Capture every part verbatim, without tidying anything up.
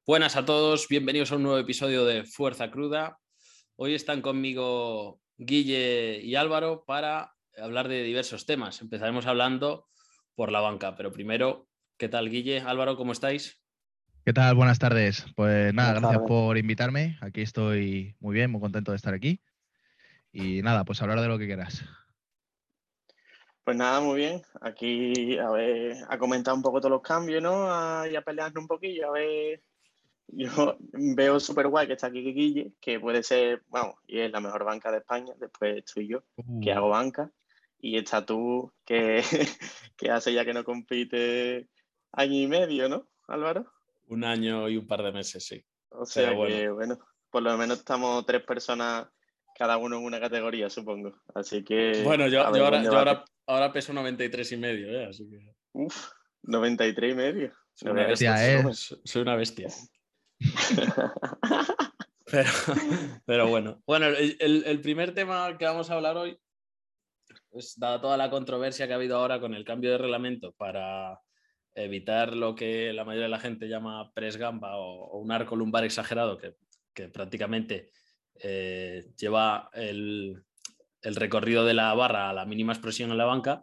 Buenas a todos, bienvenidos a un nuevo episodio de Fuerza Cruda. Hoy están conmigo Guille y Álvaro para hablar de diversos temas. Empezaremos hablando por la banca, pero primero, ¿qué tal, Guille? Álvaro, ¿cómo estáis? ¿Qué tal? Buenas tardes. Pues nada, Buenas gracias tardes. por invitarme. Aquí estoy muy bien, muy contento de estar aquí. Y nada, pues hablar de lo que quieras. Pues nada, muy bien. Aquí a ver, a comentar un poco todos los cambios, ¿no? A, y a pelearnos un poquillo. A ver, yo veo súper guay que está aquí Guille, que puede ser, vamos, y es la mejor banca de España. Después estoy yo, que Uh, hago banca. Y está tú, que, que hace ya que no compite año y medio, ¿no, Álvaro? Un año y un par de meses, sí. O Pero sea bueno. que, bueno, por lo menos estamos tres personas, cada uno en una categoría, supongo. Así que, Bueno, yo, a yo, ver, buen ahora, yo debate. ahora, ahora peso noventa y tres y medio, ¿eh? Así que Uf, noventa y tres y medio. soy No una veas el bestia. hostia, ¿eh? volumen. Soy, soy una bestia. Pero, pero bueno. Bueno, el, el, el primer tema que vamos a hablar hoy, pues dada toda la controversia que ha habido ahora con el cambio de reglamento para evitar lo que la mayoría de la gente llama press gamba o, o un arco lumbar exagerado, que, que prácticamente eh, lleva el, el recorrido de la barra a la mínima expresión en la banca,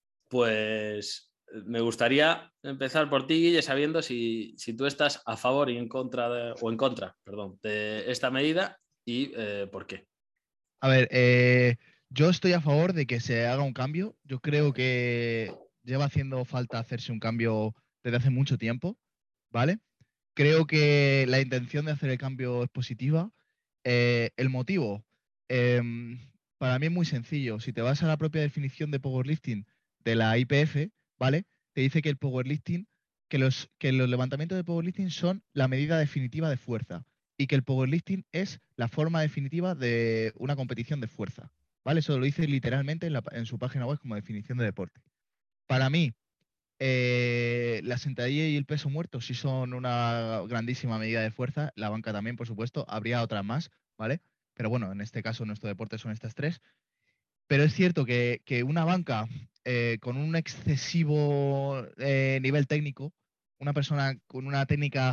pues me gustaría empezar por ti, Guille, sabiendo si, si tú estás a favor y en contra de, o en contra, perdón, de esta medida y eh, por qué. A ver, eh, yo estoy a favor de que se haga un cambio. Yo creo que lleva haciendo falta hacerse un cambio desde hace mucho tiempo, ¿vale? Creo que la intención de hacer el cambio es positiva. Eh, el motivo, em, para mí es muy sencillo. Si te vas a la propia definición de powerlifting de la I P F, ¿vale? Te dice que el powerlifting, que los, que los levantamientos de powerlifting son la medida definitiva de fuerza y que el powerlifting es la forma definitiva de una competición de fuerza, ¿vale? Eso lo dice literalmente en, la- en su página web como definición de deporte. Para mí, eh, la sentadilla y el peso muerto sí son una grandísima medida de fuerza. La banca también, por supuesto. Habría otras más, ¿vale? Pero bueno, en este caso nuestro deporte son estas tres. Pero es cierto que, que una banca eh, con un excesivo eh, nivel técnico, una persona con una técnica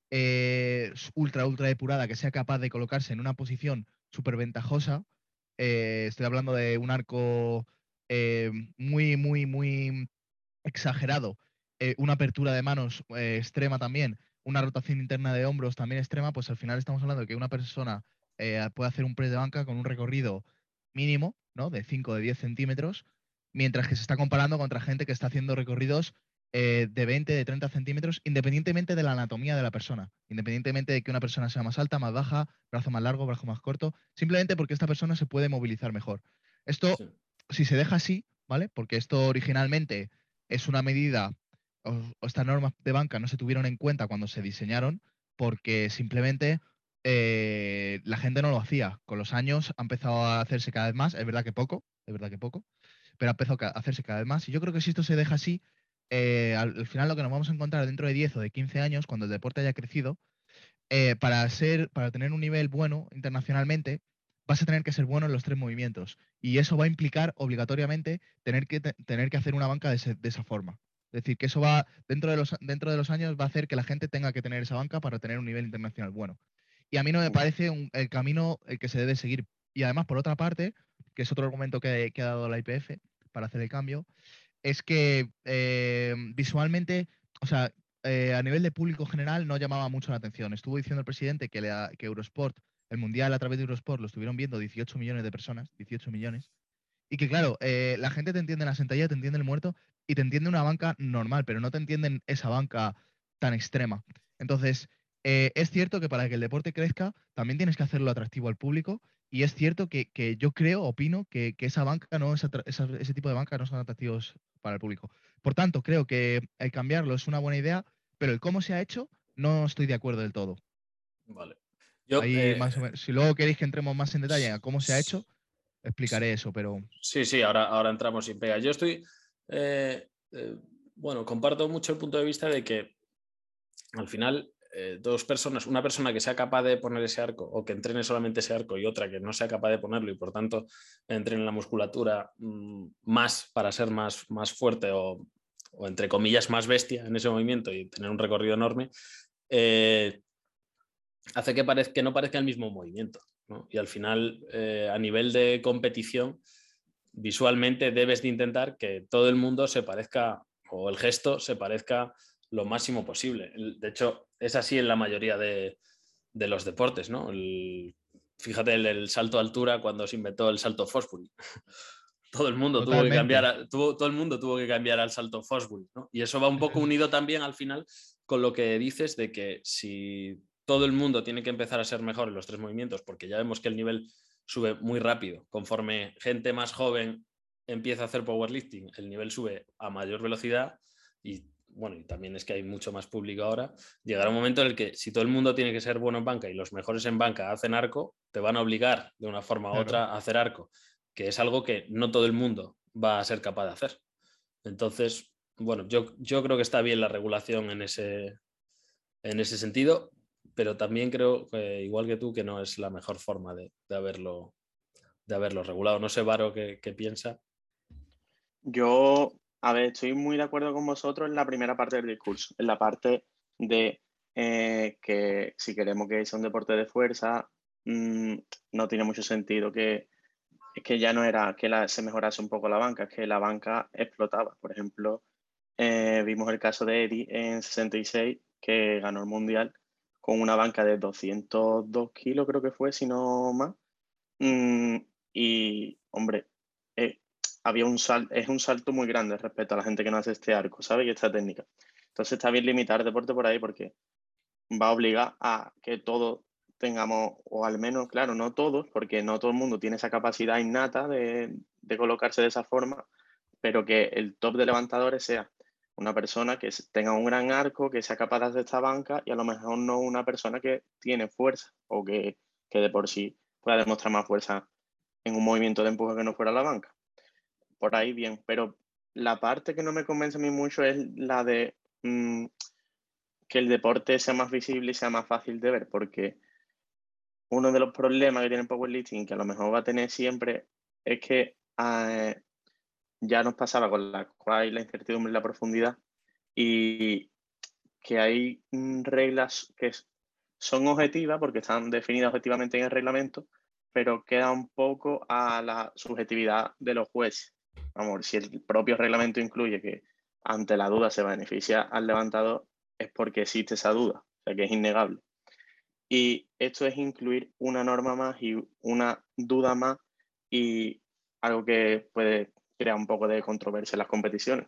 eh, ultra, ultra depurada que sea capaz de colocarse en una posición súper ventajosa, eh, estoy hablando de un arco eh, muy, muy, muy exagerado, eh, una apertura de manos eh, extrema también, una rotación interna de hombros también extrema, pues al final estamos hablando de que una persona eh, puede hacer un press de banca con un recorrido mínimo, ¿no? De cinco o de diez centímetros, mientras que se está comparando contra gente que está haciendo recorridos eh, de veinte, de treinta centímetros, independientemente de la anatomía de la persona, independientemente de que una persona sea más alta, más baja, brazo más largo, brazo más corto, simplemente porque esta persona se puede movilizar mejor. Esto, Sí. si se deja así, ¿vale? Porque esto originalmente es una medida, o, o estas normas de banca no se tuvieron en cuenta cuando se diseñaron, porque simplemente eh, la gente no lo hacía. Con los años ha empezado a hacerse cada vez más, es verdad que poco, es verdad que poco, pero ha empezado a hacerse cada vez más. Y yo creo que si esto se deja así, eh, al, al final lo que nos vamos a encontrar dentro de diez o de quince años, cuando el deporte haya crecido, eh, para ser, para tener un nivel bueno internacionalmente, vas a tener que ser bueno en los tres movimientos. Y eso va a implicar obligatoriamente tener que, te- tener que hacer una banca de, ese- de esa forma. Es decir, que eso va, dentro de, los, dentro de los años, va a hacer que la gente tenga que tener esa banca para tener un nivel internacional bueno. Y a mí no me parece un- el camino el que se debe seguir. Y además, por otra parte, que es otro argumento que, que ha dado la I P F para hacer el cambio, es que eh, visualmente, o sea, eh, a nivel de público general no llamaba mucho la atención. Estuvo diciendo el presidente que, la- que Eurosport, el Mundial a través de Eurosport, lo estuvieron viendo dieciocho millones de personas, dieciocho millones, y que claro, eh, la gente te entiende en la sentadilla, te entiende el muerto y te entiende una banca normal, pero no te entienden esa banca tan extrema. Entonces, eh, es cierto que para que el deporte crezca, también tienes que hacerlo atractivo al público. Y es cierto que, que yo creo, opino, que, que esa banca no es atra- esa- ese tipo de banca no son atractivos para el público. Por tanto, creo que el cambiarlo es una buena idea, pero el cómo se ha hecho no estoy de acuerdo del todo. Vale. Yo, Ahí eh, más o menos, si luego queréis que entremos más en detalle a cómo se ha hecho, explicaré eso, pero sí, sí, ahora, ahora entramos sin pega. Yo estoy, eh, eh, bueno, comparto mucho el punto de vista de que al final eh, dos personas, una persona que sea capaz de poner ese arco o que entrene solamente ese arco y otra que no sea capaz de ponerlo y por tanto entrene la musculatura mmm, más para ser más, más fuerte o, o entre comillas más bestia en ese movimiento y tener un recorrido enorme, eh, hace que, parezca, que no parezca el mismo movimiento, ¿no? Y al final, eh, a nivel de competición, visualmente debes de intentar que todo el mundo se parezca, o el gesto se parezca lo máximo posible. De hecho, es así en la mayoría de, de los deportes, ¿no? El, fíjate el, el salto a altura cuando se inventó el salto Fosbury. Todo el mundo tuvo que cambiar, a, tuvo, todo el mundo tuvo que cambiar al salto Fosbury, ¿no? Y eso va un poco unido también al final con lo que dices de que si todo el mundo tiene que empezar a ser mejor en los tres movimientos, porque ya vemos que el nivel sube muy rápido. Conforme gente más joven empieza a hacer powerlifting, el nivel sube a mayor velocidad y bueno, y también es que hay mucho más público ahora. Llegará un momento en el que si todo el mundo tiene que ser bueno en banca y los mejores en banca hacen arco, te van a obligar de una forma u claro. otra a hacer arco, que es algo que no todo el mundo va a ser capaz de hacer. Entonces, bueno, yo, yo creo que está bien la regulación en ese, en ese sentido, pero también creo, que, igual que tú, que no es la mejor forma de, de, haberlo, de haberlo regulado. No sé, Varo, ¿qué, qué piensa? Yo, a ver, estoy muy de acuerdo con vosotros en la primera parte del discurso, en la parte de eh, que si queremos que sea un deporte de fuerza, mmm, no tiene mucho sentido que, que ya no era que la, se mejorase un poco la banca, es que la banca explotaba. Por ejemplo, eh, vimos el caso de Eddie en sesenta y seis, que ganó el Mundial con una banca de doscientos dos kilos, creo que fue, si no más. Mm, y, hombre, eh, había un sal, es un salto muy grande respecto a la gente que no hace este arco, ¿sabes? Y esta técnica. Entonces está bien limitar el deporte por ahí porque va a obligar a que todos tengamos, o al menos, claro, no todos, porque no todo el mundo tiene esa capacidad innata de, de colocarse de esa forma, pero que el top de levantadores sea una persona que tenga un gran arco, que sea capaz de hacer esta banca y a lo mejor no una persona que tiene fuerza o que, que de por sí pueda demostrar más fuerza en un movimiento de empuje que no fuera la banca. Por ahí bien, pero la parte que no me convence a mí mucho es la de mmm, que el deporte sea más visible y sea más fácil de ver, porque uno de los problemas que tiene el powerlifting, que a lo mejor va a tener siempre, es que eh, ya nos pasaba con la cual la incertidumbre y la profundidad, y que hay mm, reglas que son objetivas porque están definidas objetivamente en el reglamento, pero queda un poco a la subjetividad de los jueces. Vamos, si el propio reglamento incluye que ante la duda se beneficia al levantador, es porque existe esa duda, o sea que es innegable. Y esto es incluir una norma más y una duda más y algo que puede crear un poco de controversia en las competiciones.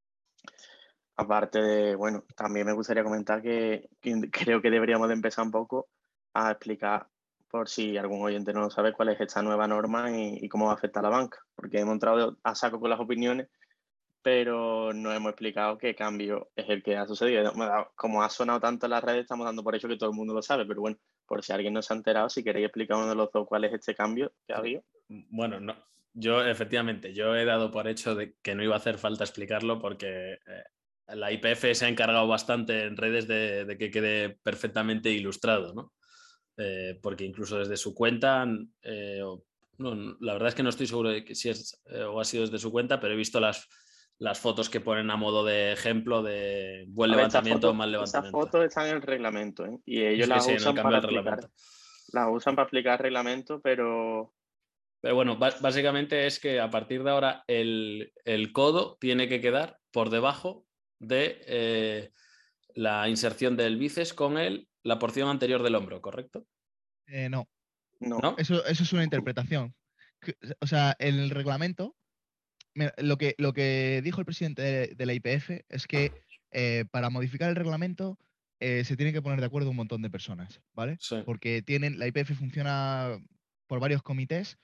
Aparte de, bueno, también me gustaría comentar que, que creo que deberíamos de empezar un poco a explicar, por si algún oyente no lo sabe, cuál es esta nueva norma y, y cómo va a afectar a la banca. Porque hemos entrado a saco con las opiniones, pero no hemos explicado qué cambio es el que ha sucedido. Como ha sonado tanto en las redes, estamos dando por hecho que todo el mundo lo sabe, pero bueno, por si alguien no se ha enterado, si queréis explicar uno de los dos cuál es este cambio que ha habido. Bueno, no, yo efectivamente, yo he dado por hecho de que no iba a hacer falta explicarlo porque eh, la I P F se ha encargado bastante en redes de, de que quede perfectamente ilustrado, ¿no? Eh, porque incluso desde su cuenta, eh, no, la verdad es que no estoy seguro de que si es eh, o ha sido desde su cuenta, pero he visto las, las fotos que ponen a modo de ejemplo de buen A ver, levantamiento o foto, mal levantamiento. Esas fotos están en el reglamento, ¿eh? Y ellos sí, las sí, usan para explicar. Las usan para explicar el reglamento, pero... Pero bueno, básicamente es que a partir de ahora el, el codo tiene que quedar por debajo de eh, la inserción del bíceps con el, la porción anterior del hombro, ¿correcto? Eh, no. No. ¿No? Eso, eso es una interpretación. O sea, en el reglamento, lo que, lo que dijo el presidente de, de la I P F es que eh, para modificar el reglamento eh, se tiene que poner de acuerdo un montón de personas, ¿vale? Sí. Porque tienen, la I P F funciona por varios comités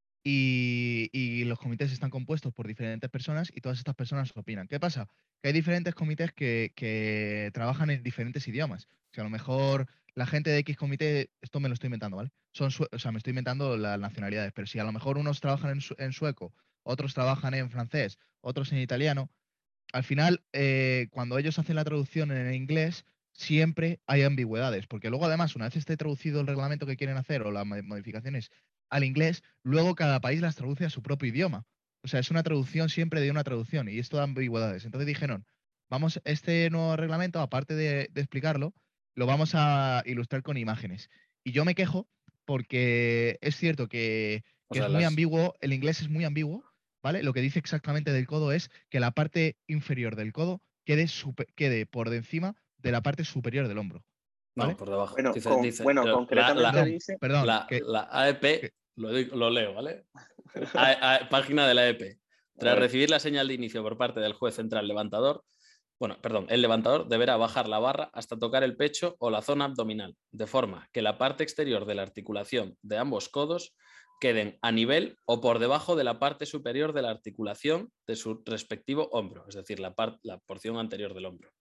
y, y los comités están compuestos por diferentes personas y todas estas personas opinan. ¿Qué pasa? Que hay diferentes comités que, que trabajan en diferentes idiomas. O sea, a lo mejor la gente de X comité, esto me lo estoy inventando, ¿vale? Son sue- o sea, me estoy inventando las nacionalidades, pero si a lo mejor unos trabajan en, su- en sueco, otros trabajan en francés, otros en italiano, al final, eh, cuando ellos hacen la traducción en inglés, siempre hay ambigüedades, porque luego además, una vez esté traducido el reglamento que quieren hacer o las modificaciones al inglés, luego cada país las traduce a su propio idioma. O sea, es una traducción siempre de una traducción y esto da ambigüedades. Entonces dijeron, vamos, este nuevo reglamento, aparte de, de explicarlo, lo vamos a ilustrar con imágenes. Y yo me quejo porque es cierto que, O que sea, es muy las- ambiguo, el inglés es muy ambiguo, ¿vale? Lo que dice exactamente del codo es que la parte inferior del codo quede, supe- quede por de encima de la parte superior del hombro, ¿vale? No, por debajo. Bueno, Dice, con, dice, bueno, eh, la, concretamente la, Perdón, dice. perdón, la, que, la A E P, que- lo, digo- lo leo, ¿vale? A- a- página de la A E P. A Tras ver, recibir la señal de inicio por parte del juez central levantador, bueno, perdón, el levantador deberá bajar la barra hasta tocar el pecho o la zona abdominal, de forma que la parte exterior de la articulación de ambos codos queden a nivel o por debajo de la parte superior de la articulación de su respectivo hombro, es decir, la, par- la porción anterior del hombro,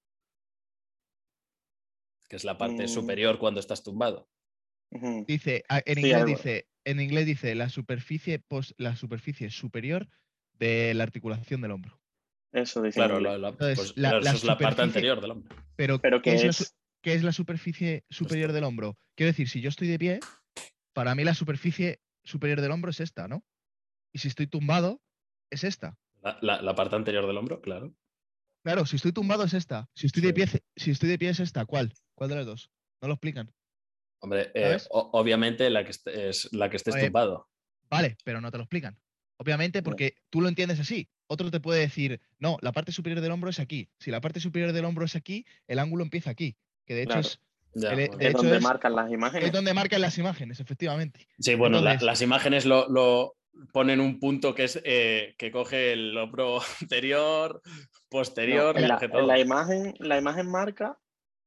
que es la parte mm, superior cuando estás tumbado. ujú. dice, a- en Sí, inglés algo. dice, en inglés dice la superficie pos- la superficie superior de la articulación del hombro. Eso dice en Claro, inglés. la- la- Entonces, pues la, claro, la eso es la parte superficie, anterior del hombro. pero Pero ¿qué que es la, su- es. qué es la superficie superior Esto. del hombro? Quiero decir, si yo estoy de pie, para mí la superficie superior del hombro es esta, ¿no? Y si estoy tumbado, es esta. La, la- la parte anterior del hombro, claro. Claro, si estoy tumbado es esta. Si estoy Sí. de pie, si estoy de pie es esta. ¿Cuál? ¿Cuál de las dos? No lo explican. Hombre, eh, ¿Sabes? o- obviamente la que esté- es la que estés Oye, tumbado. vale, pero no te lo explican. Obviamente porque tú lo entiendes así. Otro te puede decir, no, la parte superior del hombro es aquí. Si la parte superior del hombro es aquí, el ángulo empieza aquí. Que de hecho Claro. es, Ya, el- bueno. de Es hecho donde es, marcan las es imágenes. donde marcan las imágenes, efectivamente. Sí, bueno, la- Entonces, las imágenes lo, lo ponen un punto que es eh, que coge el hombro anterior, No, posterior, en lo la, coge en la todo. imagen, la imagen marca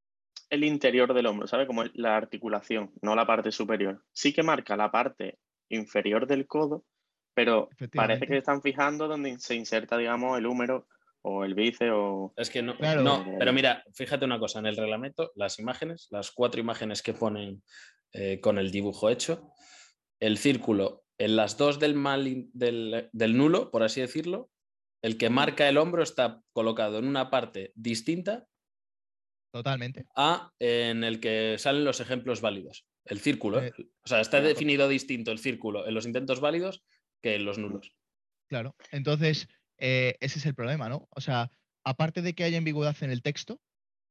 el interior del hombro, ¿sabes? Como la articulación, no la parte superior. Sí que marca la parte inferior del codo, pero parece que efectivamente. están fijando donde se inserta, digamos, el húmero o el bíceps o... Es que no, Claro. no, pero mira, fíjate una cosa, en el reglamento, las imágenes, las cuatro imágenes que ponen eh, con el dibujo hecho, el círculo en las dos del, mal, del, del nulo, por así decirlo, el que marca el hombro está colocado en una parte distinta Totalmente. a en el que salen los ejemplos válidos. El círculo, Eh, o sea, está claro. definido distinto el círculo en los intentos válidos que en los nulos. Claro. Entonces, eh, ese es el problema, ¿no? O sea, aparte de que haya ambigüedad en el texto,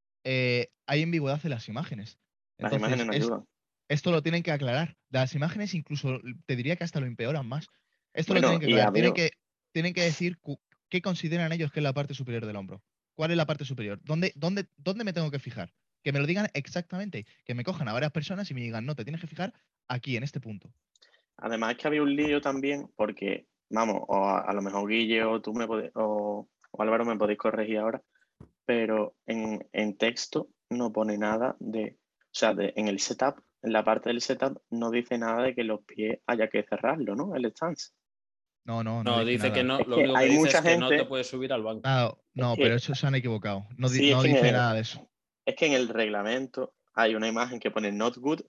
eh, hay ambigüedad en las imágenes. Las Entonces, imágenes no es, ayudan. esto lo tienen que aclarar. Las imágenes incluso te diría que hasta lo empeoran más. Esto lo Bueno, tienen que y aclarar. Tienen había, que, tienen que decir cu- qué consideran ellos que es la parte superior del hombro. ¿Cuál es la parte superior? ¿Dónde, dónde, dónde me tengo que fijar? Que me lo digan exactamente. Que me cojan a varias personas y me digan, no, te tienes que fijar aquí, en este punto. además es que había un lío también porque, vamos, o a, a lo mejor Guille o tú me podéis, o, o Álvaro me podéis corregir ahora, pero en, en texto no pone nada de, o sea, de, en el setup, en la parte del setup no dice nada de que los pies haya que cerrarlo, ¿no? El stance. No, no, no No, dice dice que nada. no, Es lo que único que hay dice mucha es que no te gente, puedes subir al banco. Ah, es no, que, pero eso se han equivocado. No, di- sí, es no que, en dice el, nada de eso. es que en el reglamento hay una imagen que pone not good,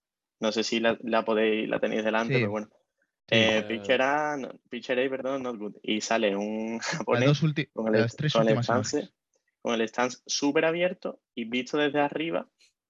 no sé si la, la podéis, la tenéis delante, Sí, pero bueno. sí. Eh, Eh, picture A, no, picture A, perdón, not good. Y sale un Las, japonés dos ulti- con el, las tres con el últimas stance, imágenes. con el stance súper abierto y visto desde arriba.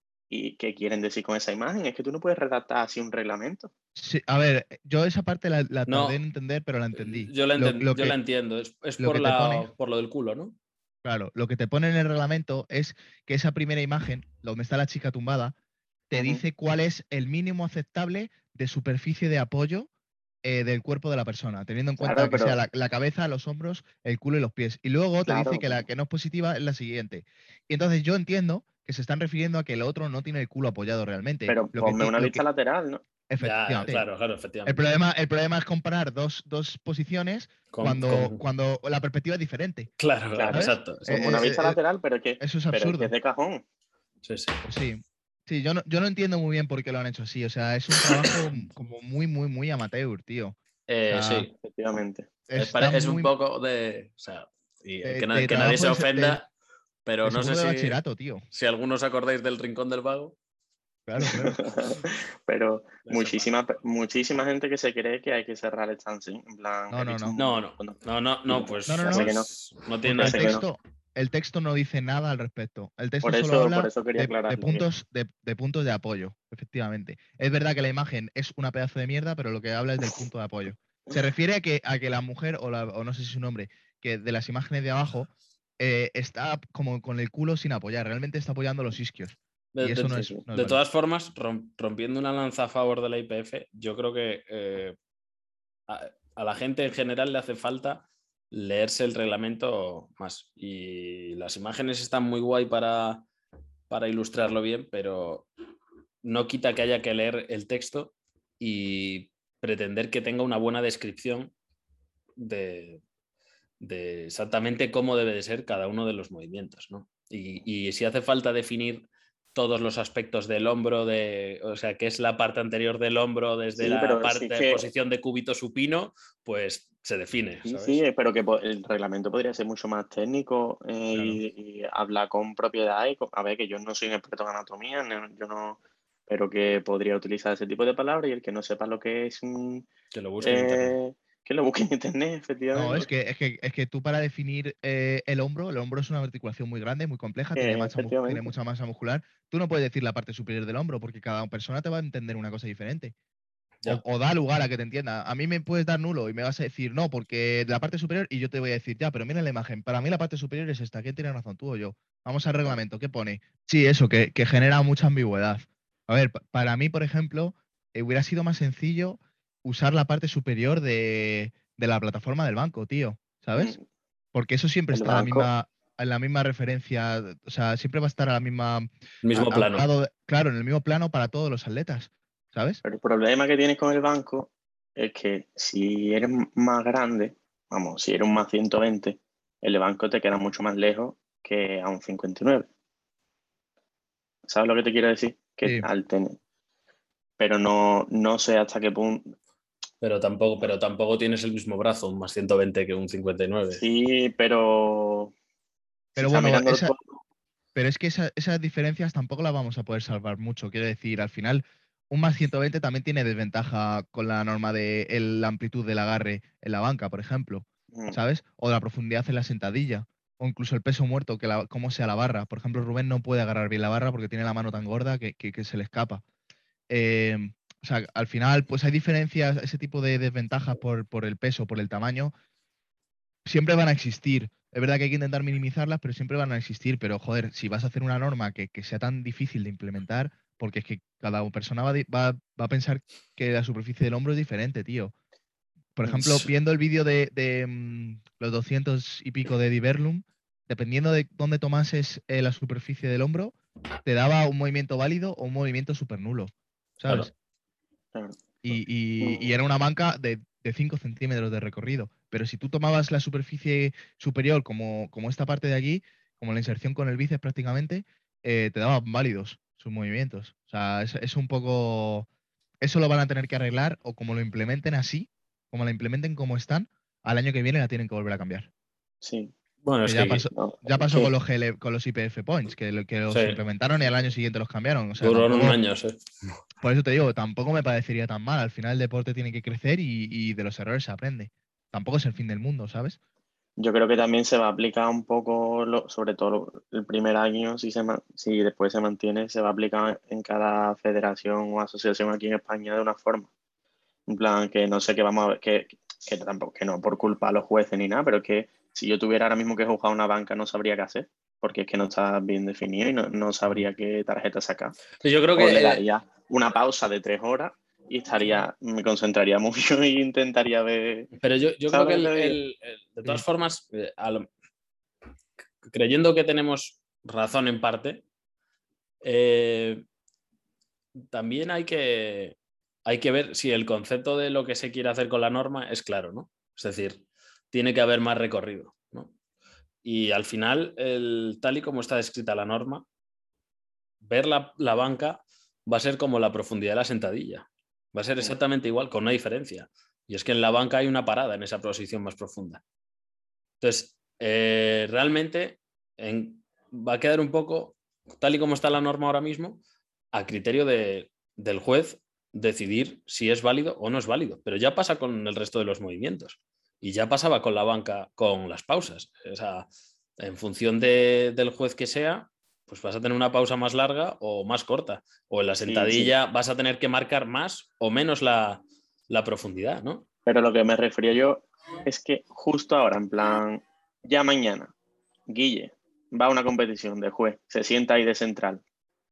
¿Y qué quieren decir con esa imagen? Es que tú no puedes redactar así un reglamento. Sí, a ver, yo esa parte la, la tardé en no, entender, pero la entendí. yo la, Lo, enten- lo yo la que, entiendo, es, es lo por, que te pone, la, por lo del culo, ¿no? claro, lo que te pone en el reglamento es que esa primera imagen, donde está la chica tumbada, te Ujú. dice cuál es el mínimo aceptable de superficie de apoyo eh, del cuerpo de la persona, teniendo en cuenta Claro, que sea pero, la, la cabeza, los hombros, el culo y los pies. Y luego te dice claro, que la que no es positiva es la siguiente. Y entonces yo entiendo que se están refiriendo a que el otro no tiene el culo apoyado realmente. pero Lo que, ponme ti- una lo vista que lateral, ¿no? Ya, efectivamente. claro, claro, El efectivamente. problema, el problema es comparar dos, dos posiciones Con- cuando, con- cuando la perspectiva es diferente. Claro, claro, Claro, ¿Sabes? exacto. Eh, ponme exacto. una eh, vista eh, lateral, pero es que, eso es pero es que absurdo. es de cajón. Sí, sí. Pues sí. Sí, yo no, yo no entiendo muy bien por qué lo han hecho así. O sea, es un trabajo como muy, muy, muy amateur, tío. O Eh, sea, sí, Efectivamente. es, está pare- es un muy poco de. O sea, y, eh, de, que, na- de que nadie trabajo se de, se- de- ofenda, pero de no sé segundo de si, bachillerato, tío. si algunos acordáis del Rincón del Vago. Claro, claro. Pero De ese muchísima, palo. muchísima gente que se cree que hay que cerrar el stance, ¿sí? En plan, No, he no, visto no. un No, no, montón. no, no, no, pues, No, no, Ya no. sé que no, pues no tiene Porque ya nada el sé que que ver. no. texto, el texto no dice nada al respecto. El texto Por solo eso, por habla eso quería de, de aclararlo. que- puntos, de, de puntos de apoyo, efectivamente. Es verdad que la imagen es una pedazo de mierda, pero lo que habla es del punto de apoyo. Se refiere a que, a que la mujer, o, la- o no sé si es un hombre, que de las imágenes de abajo eh, está como con el culo sin apoyar. Realmente está apoyando los isquios. De, Y eso de- no Sí, es, sí. no es de válido. todas formas, rom- rompiendo una lanza a favor de la I P F, yo creo que eh, a, a la gente en general le hace falta leerse el reglamento más. Y las imágenes están muy guay para, para ilustrarlo bien, pero no quita que haya que leer el texto y pretender que tenga una buena descripción de, de exactamente cómo debe de ser cada uno de los movimientos, ¿no? Y, y si hace falta definir todos los aspectos del hombro, de, o sea, qué es la parte anterior del hombro desde Sí, la pero sí parte, que posición de cúbito supino, pues se define, sí, sí, ¿sabes? eh, pero que po- el reglamento podría ser mucho más técnico eh, Claro, y, y hablar con propiedad. Y con- a ver, que yo no soy un experto en anatomía, no- yo no, pero que podría utilizar ese tipo de palabras y el que no sepa lo que es un, que lo busque en internet. eh, que lo busque en internet, No, es efectivamente. que, es que, es que tú para definir eh, el hombro, el hombro es una articulación muy grande, muy compleja, tiene, Eh, masa mu- tiene efectivamente. mucha masa muscular. Tú no puedes decir la parte superior del hombro porque cada persona te va a entender una cosa diferente. O, Ya, o da lugar a que te entienda. A mí me puedes dar nulo y me vas a decir no, porque la parte superior, y yo te voy a decir, ya, pero mira la imagen. Para mí la parte superior es esta. ¿Quién tiene razón, tú o yo? Vamos al reglamento. ¿Qué pone? Sí, eso, que, que genera mucha ambigüedad. A ver, pa- para mí, por ejemplo, eh, hubiera sido más sencillo usar la parte superior de, de la plataforma del banco, tío. ¿Sabes? Mm, Porque eso siempre El está a la banco, misma, en la misma referencia. O sea, siempre va a estar a la misma, a- mismo plano. anclado, claro, en el mismo plano para todos los atletas. ¿Sabes? pero el problema que tienes con el banco es que si eres más grande, vamos, si eres un más ciento veinte, el banco te queda mucho más lejos que a un cincuenta y nueve. ¿Sabes lo que te quiero decir? Que Sí. al tener, pero no, no sé hasta qué punto. Pero tampoco, pero tampoco tienes el mismo brazo, un más ciento veinte que un cincuenta y nueve. Sí, pero si Pero estás bueno, mirándolo esa, todo, pero es que esa- esas diferencias tampoco las vamos a poder salvar mucho. Quiero decir, al final, un más ciento veinte también tiene desventaja con la norma de el- la amplitud del agarre en la banca, por ejemplo, mm, ¿sabes? O la profundidad en la sentadilla, o incluso el peso muerto, que la, cómo sea la barra. Por ejemplo, Rubén no puede agarrar bien la barra porque tiene la mano tan gorda que, que- que se le escapa. Eh, o sea, al final, pues hay diferencias, ese tipo de desventajas por, por el peso, por el tamaño, siempre van a existir. Es verdad que hay que intentar minimizarlas, pero siempre van a existir. Pero, joder, si vas a hacer una norma que, que sea tan difícil de implementar, porque es que cada persona va, a di- va- va a pensar que la superficie del hombro es diferente, tío. Por ejemplo, viendo el vídeo de, de, mm, los doscientos y pico de Eddie Berlum, dependiendo de dónde tomases eh, la superficie del hombro, te daba un movimiento válido o un movimiento súper nulo, Claro. ¿sabes? claro, y, y- y mm, era una banca de, de cinco centímetros de recorrido. Pero si tú tomabas la superficie superior como, como esta parte de aquí, como la inserción con el bíceps prácticamente, eh, te daban válidos sus movimientos. O sea, es, es un poco... Eso lo van a tener que arreglar o como lo implementen así, como la implementen como están, al año que viene la tienen que volver a cambiar. sí, Bueno, Que es ya que pasó, no, ya es pasó con que los G L, con los I P F points, que, lo- que sí, los implementaron y al año siguiente los cambiaron. O sea, duró un tampoco, año, sí. por eso te digo, tampoco me parecería tan mal. Al final el deporte tiene que crecer y, y de los errores se aprende. Tampoco es el fin del mundo, ¿sabes? yo creo que también se va a aplicar un poco, lo- sobre todo lo- el primer año, si, se, ma- si después se mantiene, se va a aplicar en cada federación o asociación aquí en España de una forma. En plan, que no sé qué vamos a ver, que, que tampoco, que no por culpa a los jueces ni nada, pero es que si yo tuviera ahora mismo que jugar una banca no sabría qué hacer, porque es que no está bien definido y no, no Claro. sabría qué tarjeta sacar. Yo creo O le que, eh, daría una pausa de tres horas y estaría, me concentraría mucho y intentaría ver. pero yo, yo creo ¿Sabes que lo que el, te digo? el- el- de todas Sí. formas, eh, a lo- creyendo que tenemos razón en parte, eh, también hay que, hay que ver si el concepto de lo que se quiere hacer con la norma es claro, ¿no? Es decir, tiene que haber más recorrido, ¿no? Y al final, el, tal y como está descrita la norma, ver la, la banca va a ser como la profundidad de la sentadilla. Va a ser Mm, exactamente igual, con una diferencia. Y es que en la banca hay una parada en esa posición más profunda. Entonces, eh, realmente en, va a quedar un poco, tal y como está la norma ahora mismo, a criterio de, del juez decidir si es válido o no es válido. Pero ya pasa con el resto de los movimientos. Y ya pasaba con la banca, con las pausas. O sea, en función de, del juez que sea, pues vas a tener una pausa más larga o más corta. O en la sí, sí. sentadilla vas a tener que marcar más o menos la, la profundidad, ¿no? Pero lo que me refería yo es que justo ahora, en plan, ya mañana, Guille va a una competición de juez, se sienta ahí de central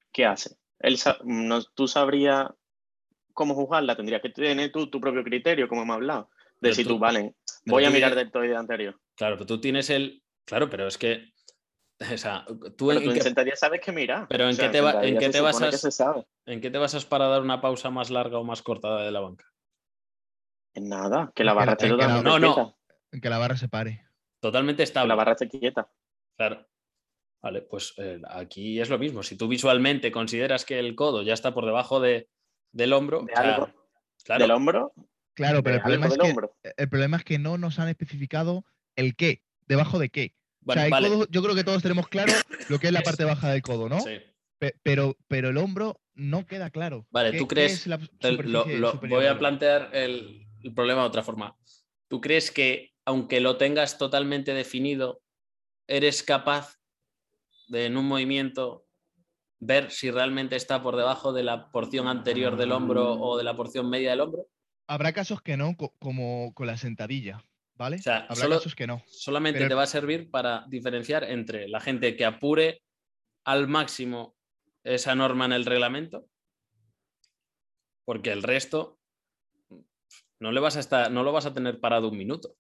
¿qué hace? Él sa- no, tú sabrías cómo juzgarla, tendrías que tener tú tu propio criterio, como hemos hablado, de Pero si tú- tú, vale, pero voy a tú mirar tienes- del todo anterior. Claro, pero tú tienes el. Claro, pero es que. O sea, tú Pero en, tú en en qué. sentadilla sabes que mirar. Pero O en sea, qué en te va, en sentadilla qué se te supone que se basas. sabe. ¿En qué te basas para dar una pausa más larga o más corta de la banca? En nada, que la En que barra la, esté en que la- totalmente No, quieta. no, en que la barra se pare. totalmente Que la estable. barra esté quieta. Claro. Vale, pues eh, aquí es lo mismo. Si tú visualmente consideras que el codo ya está por debajo de, del hombro, De o sea, algo, claro, del hombro, Claro, pero de el problema algo es del que hombro. el problema es que no nos han especificado el qué, debajo de qué. O bueno, sea, el vale, codo, yo creo que todos tenemos claro lo que es la parte baja del codo, ¿no? sí. Pe- pero, pero el hombro no queda claro. Vale, ¿tú ¿Qué, qué es crees? la te- lo- superficie lo- superior voy del a hombro? plantear el, el problema de otra forma. ¿Tú crees que aunque lo tengas totalmente definido, eres capaz de en un movimiento ver si realmente está por debajo de la porción anterior del hombro o de la porción media del hombro? Habrá casos que no, co- como con la sentadilla, O ¿vale? sea, Habrá solo, casos que no. solamente Pero te el- va a servir para diferenciar entre la gente que apure al máximo esa norma en el reglamento, porque el resto no, le vas a estar, no lo vas a tener parado un minuto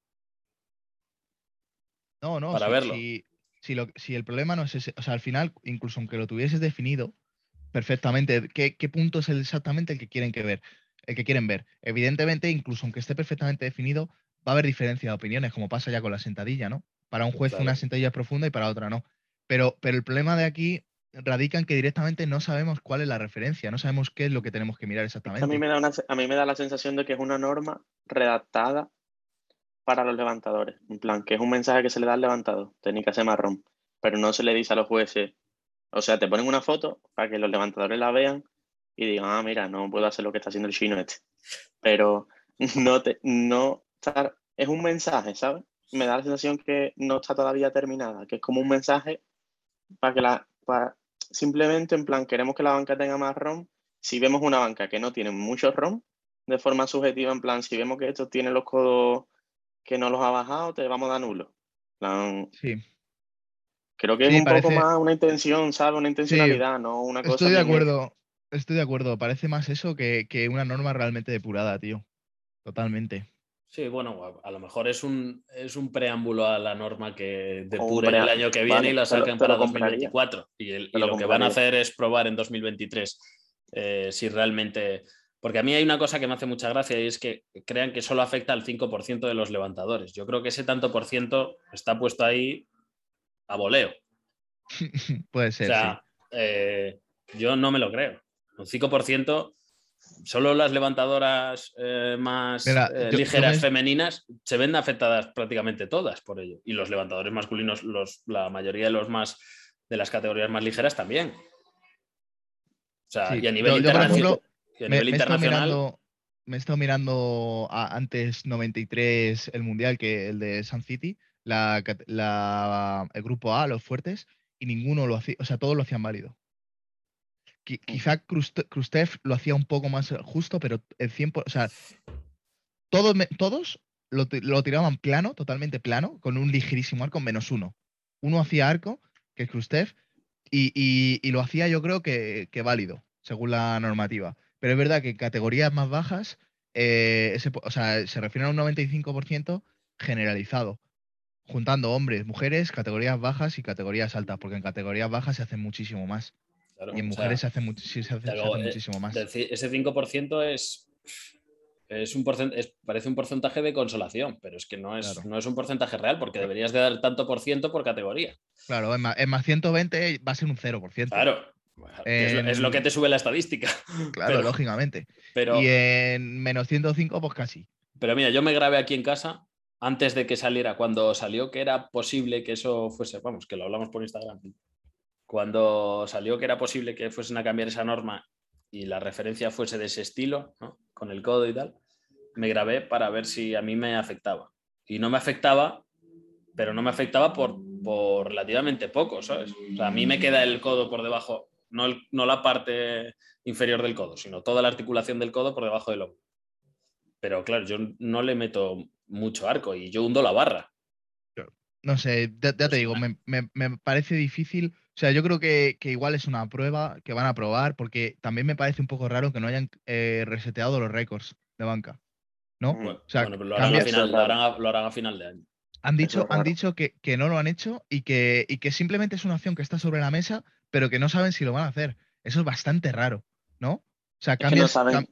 no, no, para si, verlo. si, si, lo- si el problema no es ese, o sea, al final, incluso aunque lo tuvieses definido perfectamente, ¿qué, qué punto es el- exactamente el que quieren que ver, el que quieren ver? Evidentemente, incluso aunque esté perfectamente definido, va a haber diferencia de opiniones, como pasa ya con la sentadilla, ¿no? Para un juez una Claro. sentadilla es profunda y para otra no. Pero, pero el problema de aquí radica en que directamente no sabemos cuál es la referencia, no sabemos qué es lo que tenemos que mirar Es que a mí exactamente. me da una, a mí me da la sensación de que es una norma redactada para los levantadores. En plan, que es un mensaje que se le da al levantador. Tenéis que hacer marrón. Pero no se le dice a los jueces. O sea, te ponen una foto para que los levantadores la vean y digan, ah, mira, no puedo hacer lo que está haciendo el chino este. Pero no te, no estar, es un mensaje, ¿sabes? Me da la sensación que no está todavía terminada, que es como un mensaje para que la, para, simplemente en plan, queremos que la banca tenga más ROM. Si vemos una banca que no tiene mucho ROM, de forma subjetiva, en plan, si vemos que esto tiene los codos que no los ha bajado, te vamos a dar nulo. En plan, Sí, creo que es sí, un poco parece, más una intención, ¿sabes? Una sí, intencionalidad, no una cosa estoy de bien hecha. acuerdo, estoy de acuerdo. Parece más eso que, que una norma realmente depurada, tío. Totalmente. Sí, bueno, a, a lo mejor es un, es un preámbulo a la norma que O un depuren pre... el año que viene y Vale, la te lo, saquen te para lo compraría. dos mil veinticuatro. Y, el- Te y lo lo que van a compraría. hacer es probar en dos mil veintitrés eh, si realmente. Porque a mí hay una cosa que me hace mucha gracia y es que crean que solo afecta al cinco por ciento de los levantadores. Yo creo que ese tanto por ciento está puesto ahí a voleo. Puede O ser, sí. sea, eh, yo no me lo creo. Un cinco por ciento, solo las levantadoras eh, más Mira, eh, yo, yo me, ligeras femeninas se ven afectadas prácticamente todas por ello. Y los levantadores masculinos, los, la mayoría de los más de las categorías más ligeras también. O sea, sí, y a nivel yo, yo, por Claro, internacional, ejemplo, que y a me, nivel me he estado internacional, mirando, me he estado mirando a- antes noventa y tres el mundial, que el de Sun City, la, cat- la- el grupo A, los fuertes, y ninguno lo hacía, o sea, todos lo hacían válido. Qui- Quizá Krust- Krustev lo hacía un poco más justo, pero el cien por ciento, o sea, todos, me- todos lo, ti- lo tiraban plano, totalmente plano, con un ligerísimo arco menos uno. Uno hacía arco, que es Krustev, y, y- y lo hacía yo creo que, que válido, según la normativa. Pero es verdad que en categorías más bajas, eh, ese po- o sea, se refiere a un noventa y cinco por ciento generalizado, juntando hombres, mujeres, categorías bajas y categorías altas, porque en categorías bajas se hace muchísimo más. claro, Y en o mujeres sea, se hace, much- sí, se hace, te se hace hago, eh, muchísimo más. decir, ese cinco por ciento es, es un porcent- es- parece un porcentaje de consolación, pero es que no es, Claro. no es un porcentaje real porque Cla- deberías de dar tanto por ciento por categoría. Claro, en más, en más ciento veinte va a ser un cero por ciento. Claro, que es lo, es lo que En, te sube la estadística. claro, Pero, lógicamente. Y pero, en menos ciento cinco, pues casi. pero mira, yo me grabé aquí en casa antes de que saliera, cuando salió que era posible que eso fuese, vamos, que lo hablamos por Instagram, cuando salió que era posible que fuesen a cambiar esa norma y la referencia fuese de ese estilo, ¿no? Con el codo y tal, me grabé para ver si a mí me afectaba. Y no me afectaba, pero no me afectaba por, por relativamente poco, ¿sabes? O sea, a mí me queda el codo por debajo, no, el, no la parte inferior del codo, sino toda la articulación del codo por debajo del hombro. Pero claro, yo no le meto mucho arco y yo hundo la barra. No sé, ya, ya te Pues, digo, me, me- me parece difícil. O sea, yo creo que, que igual es una prueba que van a probar, porque también me parece un poco raro que no hayan eh, reseteado los récords de banca, ¿no? Mm. Bueno, O sea, bueno, pero lo harán a Sí, cambia, eso es final, lo raro. harán a, lo harán a final de año. han Eso dicho, es han raro. dicho que, que no lo han hecho y que, y que simplemente es una opción que está sobre la mesa, pero que no saben si lo van a hacer. Eso es bastante raro, ¿no? O sea, Es que no cambias, saben, cam-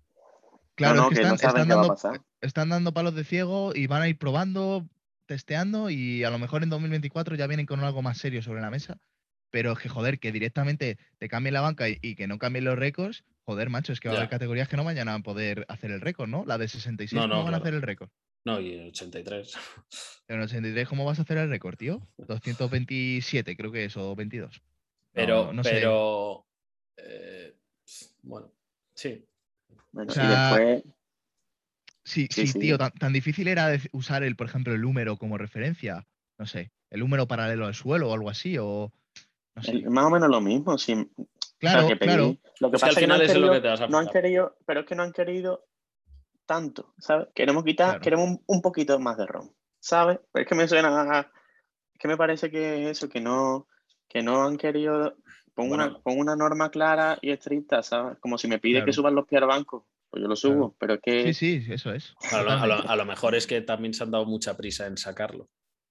no, claro, es no, que que no están, saben están qué va a dando, pasar. están dando palos de ciego y van a ir probando, testeando y a lo mejor en dos mil veinticuatro ya vienen con algo más serio sobre la mesa. Pero es que, joder, que directamente te cambien la banca y, y que no cambien los récords, joder, macho, es que va a haber Ya. categorías que no vayan a poder hacer el récord, ¿no? La de sesenta y seis, No, ¿cómo no, van a hacer claro. el récord? No, y el ochenta y tres. En el ochenta y tres, ¿cómo vas a hacer el récord, tío? doscientos veintisiete, creo que es, o veintidós. No, no, Pero, no sé. pero. eh, bueno, sí. O Bueno, y sea, después, sí, sí, sí, sí. tío, tan, tan difícil era dec- usar el, por ejemplo, el número como referencia. No sé, el número paralelo al suelo o algo así, o no Es sé. más o menos lo mismo. Sí. O sea, Claro, que claro. pedir. Lo que Es que al pasa es que no final han eso es lo que querido, te vas a no han fijar. querido, pero es que no han querido tanto, ¿sabes? Queremos quitar, Claro. queremos un, un poquito más de ron, ¿sabes? Pero es que me suena, a- es que me parece que es eso, que no, que no han querido, pon una, Bueno, pon una norma clara y estricta, ¿sabes? Como si me pide que Claro, suban los pies al banco, pues yo lo claro. subo, pero es Sí, que sí, eso es. a lo, a lo- Totalmente. a lo mejor es que también se han dado mucha prisa en sacarlo.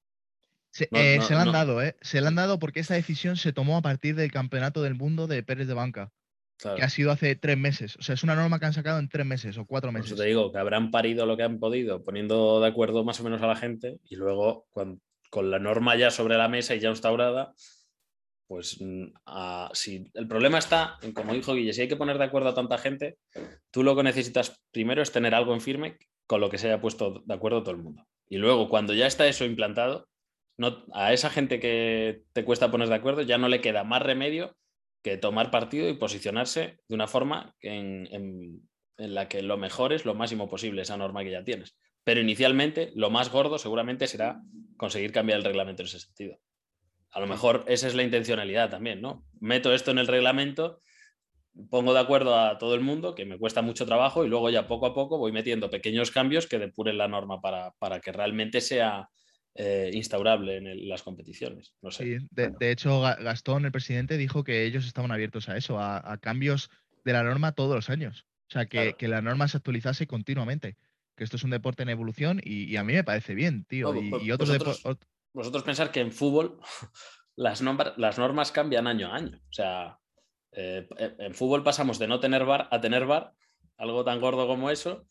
Se, No, eh, no, se la han no. dado, ¿eh? Se la han dado porque esta decisión se tomó a partir del Campeonato del Mundo de Pérez de Banca, que ha Claro. sido hace tres meses. O sea, es una norma que han sacado en tres meses o cuatro Por eso te meses. digo que habrán parido lo que han podido, poniendo de acuerdo más o menos a la gente, y luego, cuando, con la norma ya sobre la mesa y ya instaurada, pues mm, a- si el problema está en, como dijo Guille, si hay que poner de acuerdo a tanta gente, tú lo que necesitas primero es tener algo en firme con lo que se haya puesto de acuerdo todo el mundo. Y luego, cuando ya está eso implantado, no, a esa gente que te cuesta poner de acuerdo ya no le queda más remedio que tomar partido y posicionarse de una forma en, en, en la que lo mejor es lo máximo posible esa norma que ya tienes. Pero inicialmente lo más gordo seguramente será conseguir cambiar el reglamento en ese sentido. A lo sí. mejor esa es la intencionalidad también, ¿no? Meto esto en el reglamento, pongo de acuerdo a todo el mundo, que me cuesta mucho trabajo, y luego ya poco a poco voy metiendo pequeños cambios que depuren la norma para, para que realmente sea eh, instaurable en el, las competiciones. No sé. Sí, de, Bueno, de hecho, Ga- Gastón, el presidente, dijo que ellos estaban abiertos a eso, a, a cambios de la norma todos los años. O sea, que, Claro. que la norma se actualizase continuamente. Que esto es un deporte en evolución y, y a mí me parece bien, tío. No, Y, y otro vosotros, deporte. vosotros pensar que en fútbol las, normas, las normas cambian año a año. O sea, eh, en fútbol pasamos de no tener V A R a tener V A R, algo tan gordo como eso,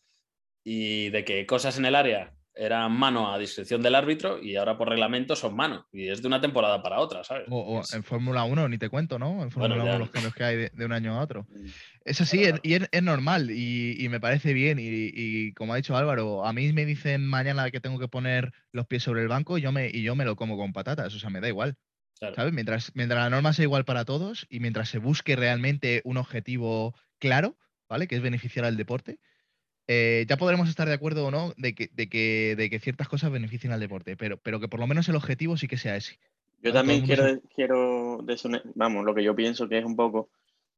y de que cosas en el área eran mano a discreción del árbitro y ahora por reglamento son mano. Y es de una temporada para otra, ¿sabes? O, o Es, en Fórmula uno, ni te cuento, ¿no? En bueno, Fórmula uno ya. los cambios que hay de, de un año a otro. mm, Es así, Claro, es- claro. y es, es normal, y, y me parece bien. Y, y como ha dicho Álvaro, a mí me dicen mañana que tengo que poner los pies sobre el banco y yo me, y yo me lo como con patatas, o sea, me da igual. Claro. ¿Sabes? Mientras, mientras la norma sea igual para todos y mientras se busque realmente un objetivo claro, ¿vale? Que es beneficiar al deporte, eh, ya podremos estar de acuerdo o no de que, de que, de que ciertas cosas beneficien al deporte, pero, pero que por lo menos el objetivo sí que sea ese. yo ¿Vale? Todo el también mundo quiero, se. quiero desune- vamos, lo que yo pienso que es un poco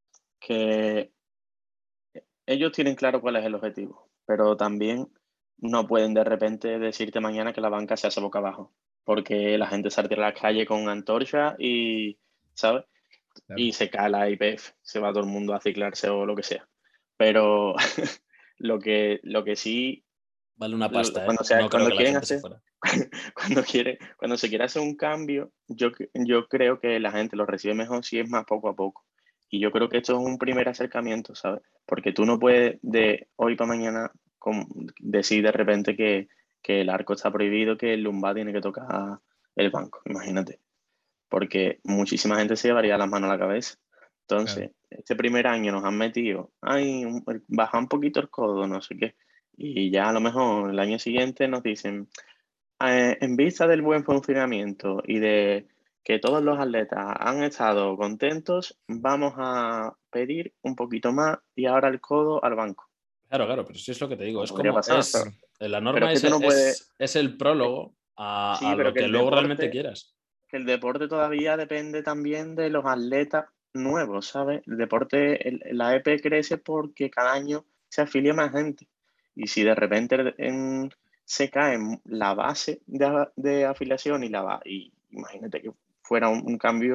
que ellos tienen claro cuál es el objetivo, pero también no pueden de repente decirte mañana que la banca se hace boca abajo, porque la gente sale a la calle con antorcha y, ¿sabes? Claro. Y se cae la I P F, se va todo el mundo a ciclarse o lo que sea. Pero lo que, lo que sí, Vale una lo- pasta, ¿eh? cuando, sea, No creo cuando que la quieren gente se hacer, fuera. cuando quiere, cuando se quiere hacer un cambio, yo, yo creo que la gente lo recibe mejor si es más poco a poco. Y yo creo que esto es un primer acercamiento, ¿sabes? Porque tú no puedes de hoy para mañana com- decir de repente que, que el arco está prohibido, que el lumbar tiene que tocar el banco, imagínate. Porque muchísima gente se llevaría las manos a la cabeza. Claro. Entonces, este primer año nos han metido, ay, un- baja un poquito el codo, no sé qué. Y ya a lo mejor el año siguiente nos dicen, eh, en vista del buen funcionamiento y de que todos los atletas han estado contentos, vamos a pedir un poquito más y ahora el codo al banco. Claro, claro, pero sí es lo que te digo. Pues Es podría como, pasar, pero, Claro. es, la pero es norma que es, tú no puedes, es, es el eh, prólogo a, sí, a pero lo que que el luego realmente deporte, quieras. que el deporte todavía depende también de los atletas nuevos, ¿sabes? El deporte, el- la E P crece porque cada año se afilia más gente. Y si de repente en- se cae la base de, a- de afiliación y la va, y imagínate que fuera un, un cambio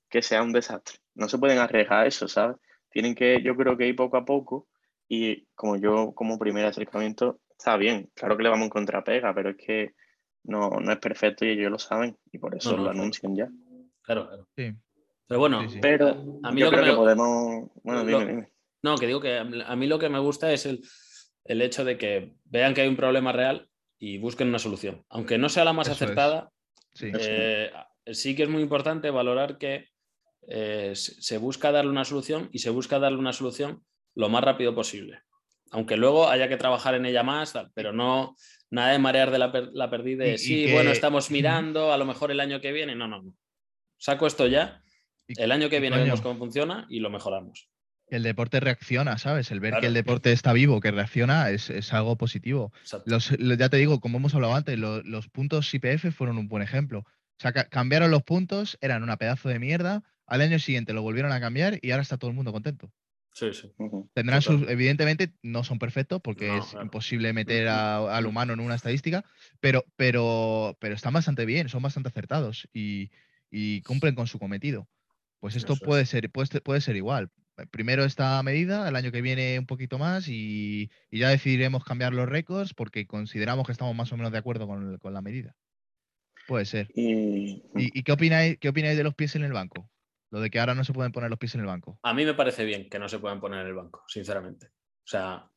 que sea un desastre. No se pueden arriesgar a eso, ¿sabes? Tienen que, yo creo que ir poco a poco y como yo como primer acercamiento está bien. Claro que le vamos a encontrar pega, pero es que no, no es perfecto y ellos lo saben y por No, eso no, lo claro. anuncian ya. Claro, claro. Sí, Pero bueno, sí, sí. Pero a mí yo lo que creo me... que podemos... Bueno, lo- dime, dime. No, que digo que a mí lo que me gusta es el, el hecho de que vean que hay un problema real y busquen una solución. Aunque no sea la más Eso es. acertada, Sí. Eso. eh, sí que es muy importante valorar que eh, se se busca darle una solución y se busca darle una solución lo más rápido posible. Aunque luego haya que trabajar en ella más, tal, pero no nada de marear de la, per- la perdida de Y, y sí, que, bueno, estamos mirando, a lo mejor el año que viene. No, no, no. Saco esto ya, y, el año que y viene vemos coño, cómo funciona y lo mejoramos. que el deporte reacciona, ¿sabes? El ver que Claro, el deporte está vivo, que reacciona, es, es algo positivo. exacto. Los, lo- ya te digo, como hemos hablado antes, lo- los puntos I P F fueron un buen ejemplo. O sea, ca- cambiaron los puntos, eran una pedazo de mierda, al año siguiente lo volvieron a cambiar y ahora está todo el mundo contento. Sí, sí, Ujú. Tendrán sus, total. evidentemente, no son perfectos porque No, es claro. imposible meter a- al humano en una estadística, pero, pero, pero están bastante bien, son bastante acertados y, y cumplen con su cometido. Pues esto Eso puede es. ser, puede, ser- puede ser igual. Primero esta medida, el año que viene un poquito más y, y ya decidiremos cambiar los récords porque consideramos que estamos más o menos de acuerdo con, el- con la medida. Puede ser. Y ¿Y, y qué opináis, qué opináis de los pies en el banco? Lo de que ahora no se pueden poner los pies en el banco. A mí me parece bien que no se puedan poner en el banco, sinceramente. O sea,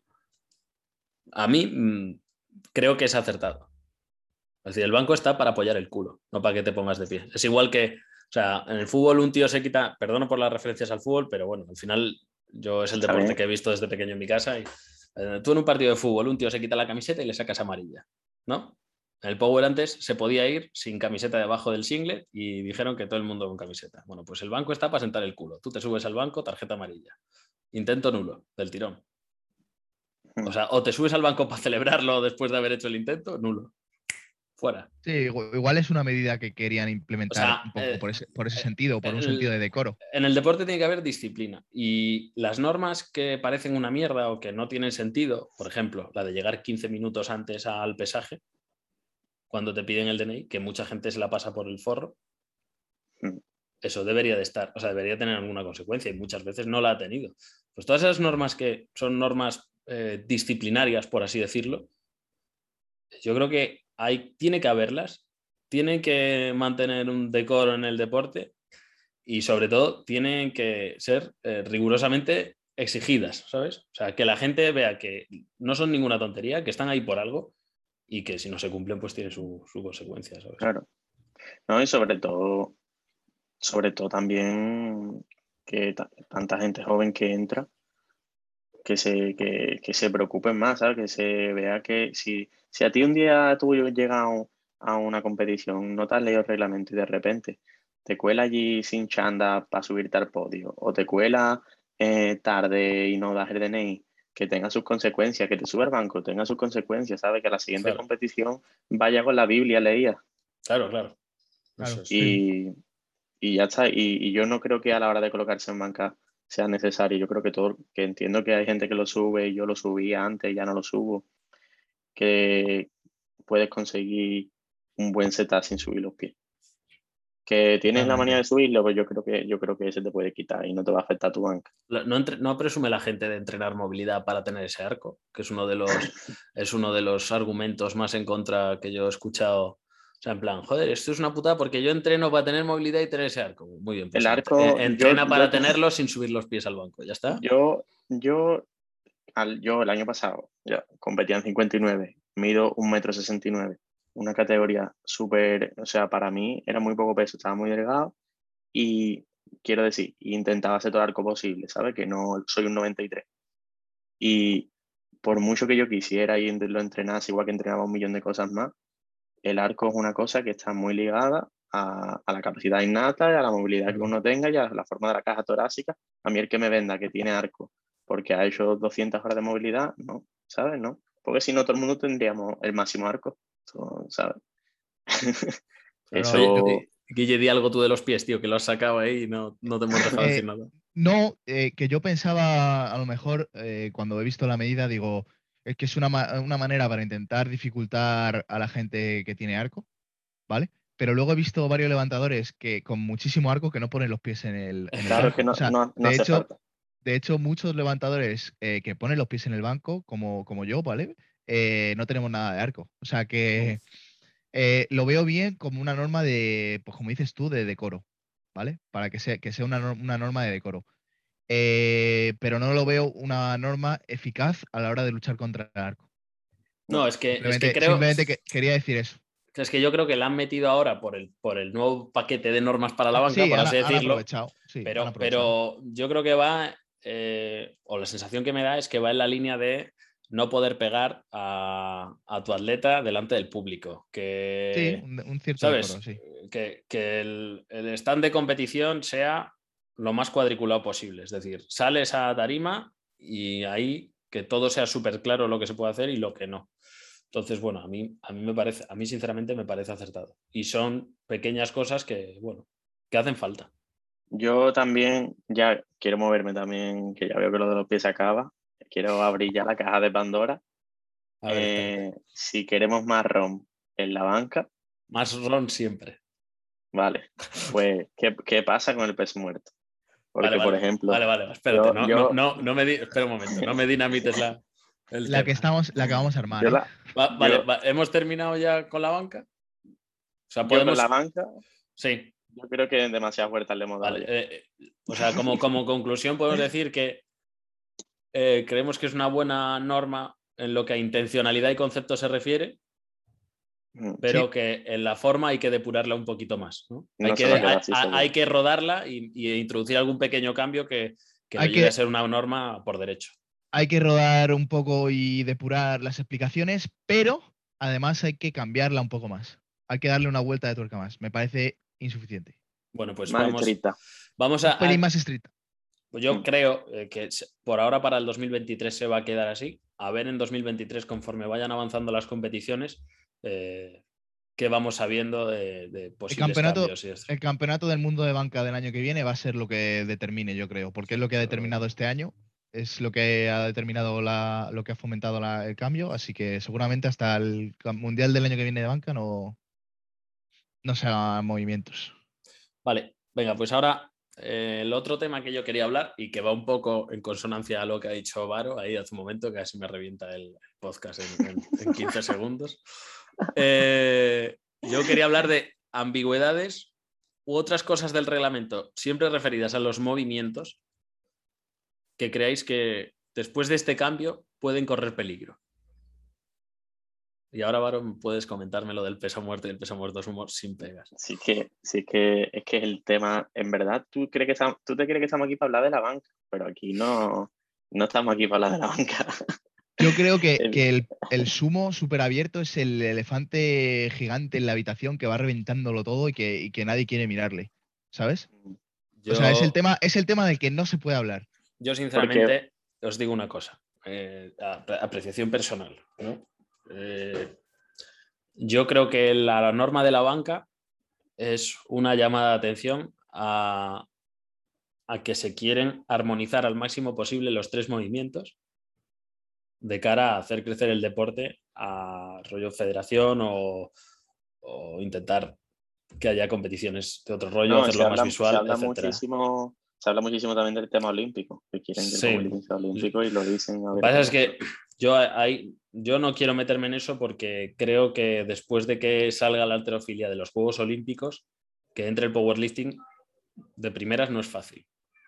a mí mmm, creo que es acertado. Es decir, el banco está para apoyar el culo, no para que te pongas de pie. Es igual que, o sea, en el fútbol un tío se quita, perdono por las referencias al fútbol, pero bueno, al final yo es el está deporte bien. que he visto desde pequeño en mi casa y eh, tú en un partido de fútbol un tío se quita la camiseta y le sacas amarilla, ¿no? En el Power antes se podía ir sin camiseta debajo del singlet y dijeron que todo el mundo con camiseta. Bueno, pues el banco está para sentar el culo. Tú te subes al banco, tarjeta amarilla. Intento nulo, del tirón. O sea, o te subes al banco para celebrarlo después de haber hecho el intento, nulo. Fuera. Sí, igu- igual es una medida que querían O implementar sea, un poco eh, por ese, por ese eh, sentido, por un sentido el, de decoro. en el deporte tiene que haber disciplina y las normas que parecen una mierda o que no tienen sentido, por ejemplo, la de llegar quince minutos antes al pesaje, cuando te piden el D N I, que mucha gente se la pasa por el forro, Mm. eso debería de estar, o sea, debería tener alguna consecuencia y muchas veces no la ha tenido. Pues todas esas normas que son normas eh, disciplinarias, por así decirlo, yo creo que hay, tiene que haberlas, tiene que mantener un decoro en el deporte y sobre todo tienen que ser eh, rigurosamente exigidas, ¿sabes? O sea, que la gente vea que no son ninguna tontería, que están ahí por algo y que si no se cumplen pues tiene su, su consecuencia, ¿sabes? Claro. No, y sobre todo, sobre todo también que ta- tanta gente joven que entra, que se, que, que se preocupen más, ¿sabes? Que se vea que si, si a ti un día tú llegas a, un- a una competición, no te has leído el reglamento y de repente te cuela allí sin chanda para subirte al podio, o te cuela eh, tarde y no das el D N I, que tenga sus consecuencias, que te sube al banco, tenga sus consecuencias, ¿sabes? Que la siguiente Claro, competición vaya con la Biblia leída. claro, claro. Eso Claro, es. sí. Y, y ya está. Y, y yo no creo que a la hora de colocarse en banca sea necesario. Yo creo que todo, que entiendo que hay gente que lo sube y yo lo subía antes, ya no lo subo, que puedes conseguir un buen setup sin subir los pies. Que tienes la manía Totalmente. de subirlo, pues yo creo que yo creo que se te puede quitar y no te va a afectar tu banca. No, entre, no presume la gente de entrenar movilidad para tener ese arco, que es uno de los, es uno de los argumentos más en contra que yo he escuchado. O sea, en plan, joder, esto es una putada porque yo entreno para tener movilidad y tener ese arco. Muy bien, pues El arco, yo, entrena yo, para tenerlo sin subir los pies al banco, ya está. yo, yo, al, yo el año pasado ya competía en cincuenta y nueve, mido un metro sesenta y nueve, una categoría súper, o sea, para mí era muy poco peso, estaba muy delgado y quiero decir, intentaba hacer todo el arco posible, ¿sabes? Que no soy un noventa y tres. Y por mucho que yo quisiera y lo entrenase, igual que entrenaba un millón de cosas más, el arco es una cosa que está muy ligada a, a la capacidad innata, y a la movilidad que Claro. uno tenga y a la forma de la caja torácica. A mí el que me venda que tiene arco porque ha hecho doscientas horas de movilidad, no, ¿sabes? No. Porque si no, todo el mundo tendríamos el máximo arco, ¿sabes? Claro, yo, Eso, Oye, Guille, di algo tú de los pies, tío, que lo has sacado ahí y no, no te hemos dejado eh, decir nada. no, eh, que yo pensaba, a lo mejor, eh, cuando he visto la medida, digo, es que es una, ma- una manera para intentar dificultar a la gente que tiene arco, ¿vale? pero luego he visto varios levantadores que con muchísimo arco que no ponen los pies en el, en el Claro, banco. es que no, O sea, no, no de hace hecho, falta. de hecho, muchos levantadores eh, que ponen los pies en el banco, como, como yo, ¿vale? Eh, no tenemos nada de arco. O sea que eh, lo veo bien como una norma de, pues como dices tú, de decoro, ¿vale? Para que sea, que sea una, nor- una norma de decoro. Eh, pero no lo veo una norma eficaz a la hora de luchar contra el arco. No, es que, es que Simplemente, creo. simplemente que, quería decir eso. Es que yo creo que la han metido ahora por el, por el nuevo paquete de normas para la Ah, banca, sí, por han, así han decirlo, aprovechado. Sí, han pero, aprovechado. pero yo creo que va, eh, o la sensación que me da es que va en la línea de no poder pegar a, a tu atleta delante del público. Sí, Que, un, un cierto ¿sabes? decoro, sí. Que, que el, el stand de competición sea lo más cuadriculado posible. Es decir, sales a tarima y ahí que todo sea súper claro lo que se puede hacer y lo que no. Entonces, bueno, a mí, a mí me parece, a mí sinceramente me parece acertado. Y son pequeñas cosas que, bueno, que hacen falta. Yo también ya quiero moverme también, que ya veo que lo de los pies se acaba. Quiero abrir ya la caja de Pandora. A ver, espérate. Eh, si queremos más ROM en la banca, Más ron siempre. vale. Pues, ¿qué, qué pasa con el pez muerto? Porque, Vale, por vale, ejemplo, vale, vale, espérate, yo, no, no, yo, no, no me di, espera un momento, no me dinamites la, el La que tema. estamos, la que vamos a armar, yo, ¿eh? la, Va- vale, yo, va- ¿hemos terminado ya con la banca? O sea, yo con la podemos. banca, Sí, yo creo que demasiadas vueltas le hemos dado vale. ya. eh, eh, o sea, como, como conclusión podemos decir que eh, creemos que es una buena norma en lo que a intencionalidad y concepto se refiere, Mm, pero Sí, que en la forma hay que depurarla un poquito más, ¿no? Hay No se que, va a quedar hay, así, seguro. hay que rodarla y, y introducir algún pequeño cambio que, que lo hay lleve a que, ser una norma por derecho. hay que rodar un poco y depurar las explicaciones, pero además hay que cambiarla un poco más. Hay que darle una vuelta de tuerca más. Me parece insuficiente. Bueno, pues Más vamos, estricta. vamos Un a, pelín a- más estricta. pues yo Mm. creo eh, que se- por ahora para el dos mil veintitrés se va a quedar así. A ver en dos mil veintitrés, conforme vayan avanzando las competiciones, eh, qué vamos sabiendo de, de El posibles campeonato, cambios y esto. el campeonato del mundo de banca del año que viene va a ser lo que determine, yo creo, porque es lo que ha determinado este año, es lo que ha determinado la, lo que ha fomentado la- el cambio, así que seguramente hasta el cam- mundial del año que viene de banca no, no se hagan movimientos. Vale, venga, pues ahora eh, el otro tema que yo quería hablar y que va un poco en consonancia a lo que ha dicho Varo ahí hace un momento, que casi me revienta el podcast en, en- en quince segundos. Eh, yo quería hablar de ambigüedades u otras cosas del reglamento, siempre referidas a los movimientos que creáis que después de este cambio pueden correr peligro. Y ahora, Varo, puedes comentarme lo del peso muerto y el peso muerto sumo sin pegas. Sí que, sí que es que el tema, en verdad, ¿tú, crees que estamos, tú te crees que estamos aquí para hablar de la banca, pero aquí no, no estamos aquí para hablar de la banca. Yo creo que, El- que el, el sumo súper abierto es el elefante gigante en la habitación que va reventándolo todo y que, y que nadie quiere mirarle, ¿sabes? O sea, es el Yo, tema, es el tema del que no se puede hablar. yo Porque, sinceramente, os digo una cosa, eh, apreciación personal, ¿no? Eh, yo creo que la norma de la banca es una llamada de atención a, a que se quieren armonizar al máximo posible los tres movimientos de cara a hacer crecer el deporte a rollo federación o, o intentar que haya competiciones de otro rollo, no, se hacerlo más habla, se visual, habla etcétera. muchísimo, se habla muchísimo también del tema olímpico, que quieren que el Sí. Powerlifting sea olímpico y lo dicen Lo que pasa es abiertamente. que yo, ahí, yo no quiero meterme en eso porque creo que después de que salga la halterofilia de los Juegos Olímpicos, que entre el powerlifting de primeras no es fácil.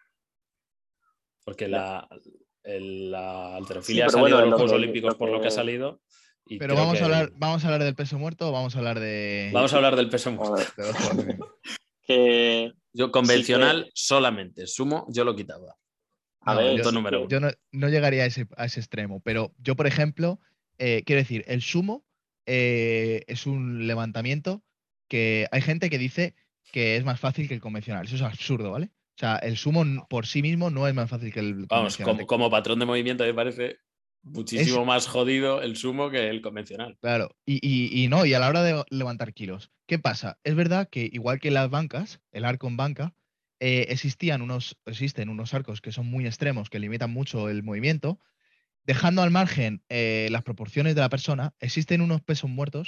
Porque la, el- la Sí, halterofilia ha pero salido bueno, de es los lo Juegos que, Olímpicos lo por lo que ha que, salido y Pero creo vamos a que... hablar, vamos a hablar del peso muerto o vamos a hablar de, Vamos a hablar del peso a muerto. ver, de los Juegos Olímpicos. que Yo sí convencional que, solamente, sumo yo lo quitaba. a No, ver, yo, Punto sí número que, uno. yo no, no llegaría a ese, a ese extremo, pero yo, por ejemplo, eh, quiero decir, el sumo eh, es un levantamiento que hay gente que dice que es más fácil que el convencional. Eso es absurdo, ¿vale? O sea, el sumo n- por sí mismo no es más fácil que el Vamos, convencional. como, como patrón de movimiento me parece Es, muchísimo más jodido el sumo que el convencional. claro, y, y- y no, y a la hora de levantar kilos, ¿qué pasa? Es verdad que igual que las bancas, el arco en banca, eh, existían unos, existen unos arcos que son muy extremos, que limitan mucho el movimiento. Dejando al margen eh, las proporciones de la persona, existen unos pesos muertos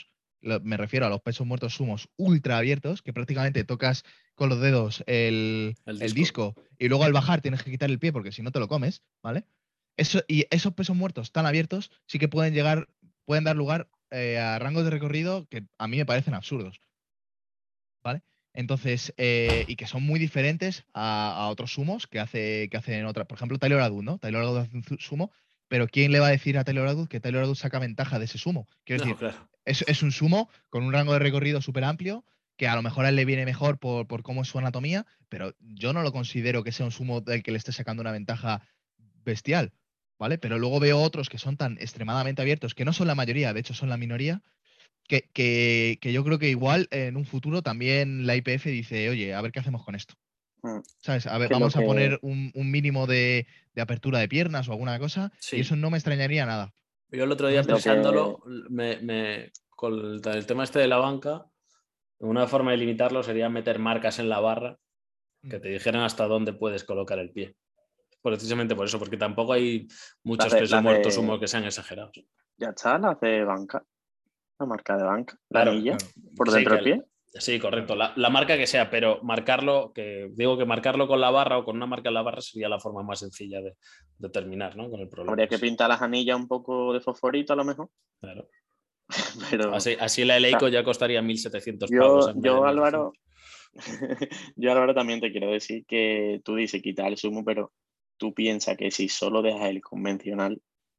lo- me refiero a los pesos muertos sumos ultra abiertos, que prácticamente tocas con los dedos el, El el disco. disco y luego al bajar tienes que quitar el pie porque si no te lo comes, ¿vale? Eso, y esos pesos muertos tan abiertos sí que pueden llegar, pueden dar lugar eh, a rangos de recorrido que a mí me parecen absurdos, ¿vale? Entonces, eh, y que son muy diferentes a, a otros sumos que hace que hacen otras. Por ejemplo, Taylor Adud, ¿no? Taylor Adud hace un zu- sumo, pero ¿quién le va a decir a Taylor Adud que Taylor Adud saca ventaja de ese sumo? Quiero No, decir, claro. es, es un sumo con un rango de recorrido súper amplio, que a lo mejor a él le viene mejor por, por cómo es su anatomía, pero yo no lo considero que sea un sumo del que le esté sacando una ventaja bestial, ¿vale? Pero luego veo otros que son tan extremadamente abiertos, que no son la mayoría, de hecho son la minoría, que, que, que yo creo que igual en un futuro también la I P F dice, oye, a ver qué hacemos con esto. Mm. ¿Sabes? A ver, Que lo vamos a que, poner un, un mínimo de, de apertura de piernas o alguna cosa, y Sí. eso no me extrañaría nada. Yo el otro No me día extraña. lo que, pensándolo, me, me- con el, el tema este de la banca, una forma de limitarlo sería meter marcas en la barra que te dijeran hasta dónde puedes colocar el pie. Precisamente por eso, porque tampoco hay las muchos de, pesos las muertos de, humos que sean exagerados. ya está, las de banca, la marca de banca, la Claro, anilla, Claro. por sí, dentro que del pie. sí, correcto. La, la marca que sea, pero marcarlo, que digo que marcarlo con la barra o con una marca en la barra sería la forma más sencilla de, de terminar, ¿no? Con el problema. Habría que pintar las anillas un poco de fosforito a lo mejor, Claro. pero Así, así la o sea, Eleiko ya costaría mil setecientos pavos yo, en vez de yo mil doscientos. Álvaro, yo Álvaro también te quiero decir que tú dices quitar el sumo, pero tú piensas que si solo dejas el convencional,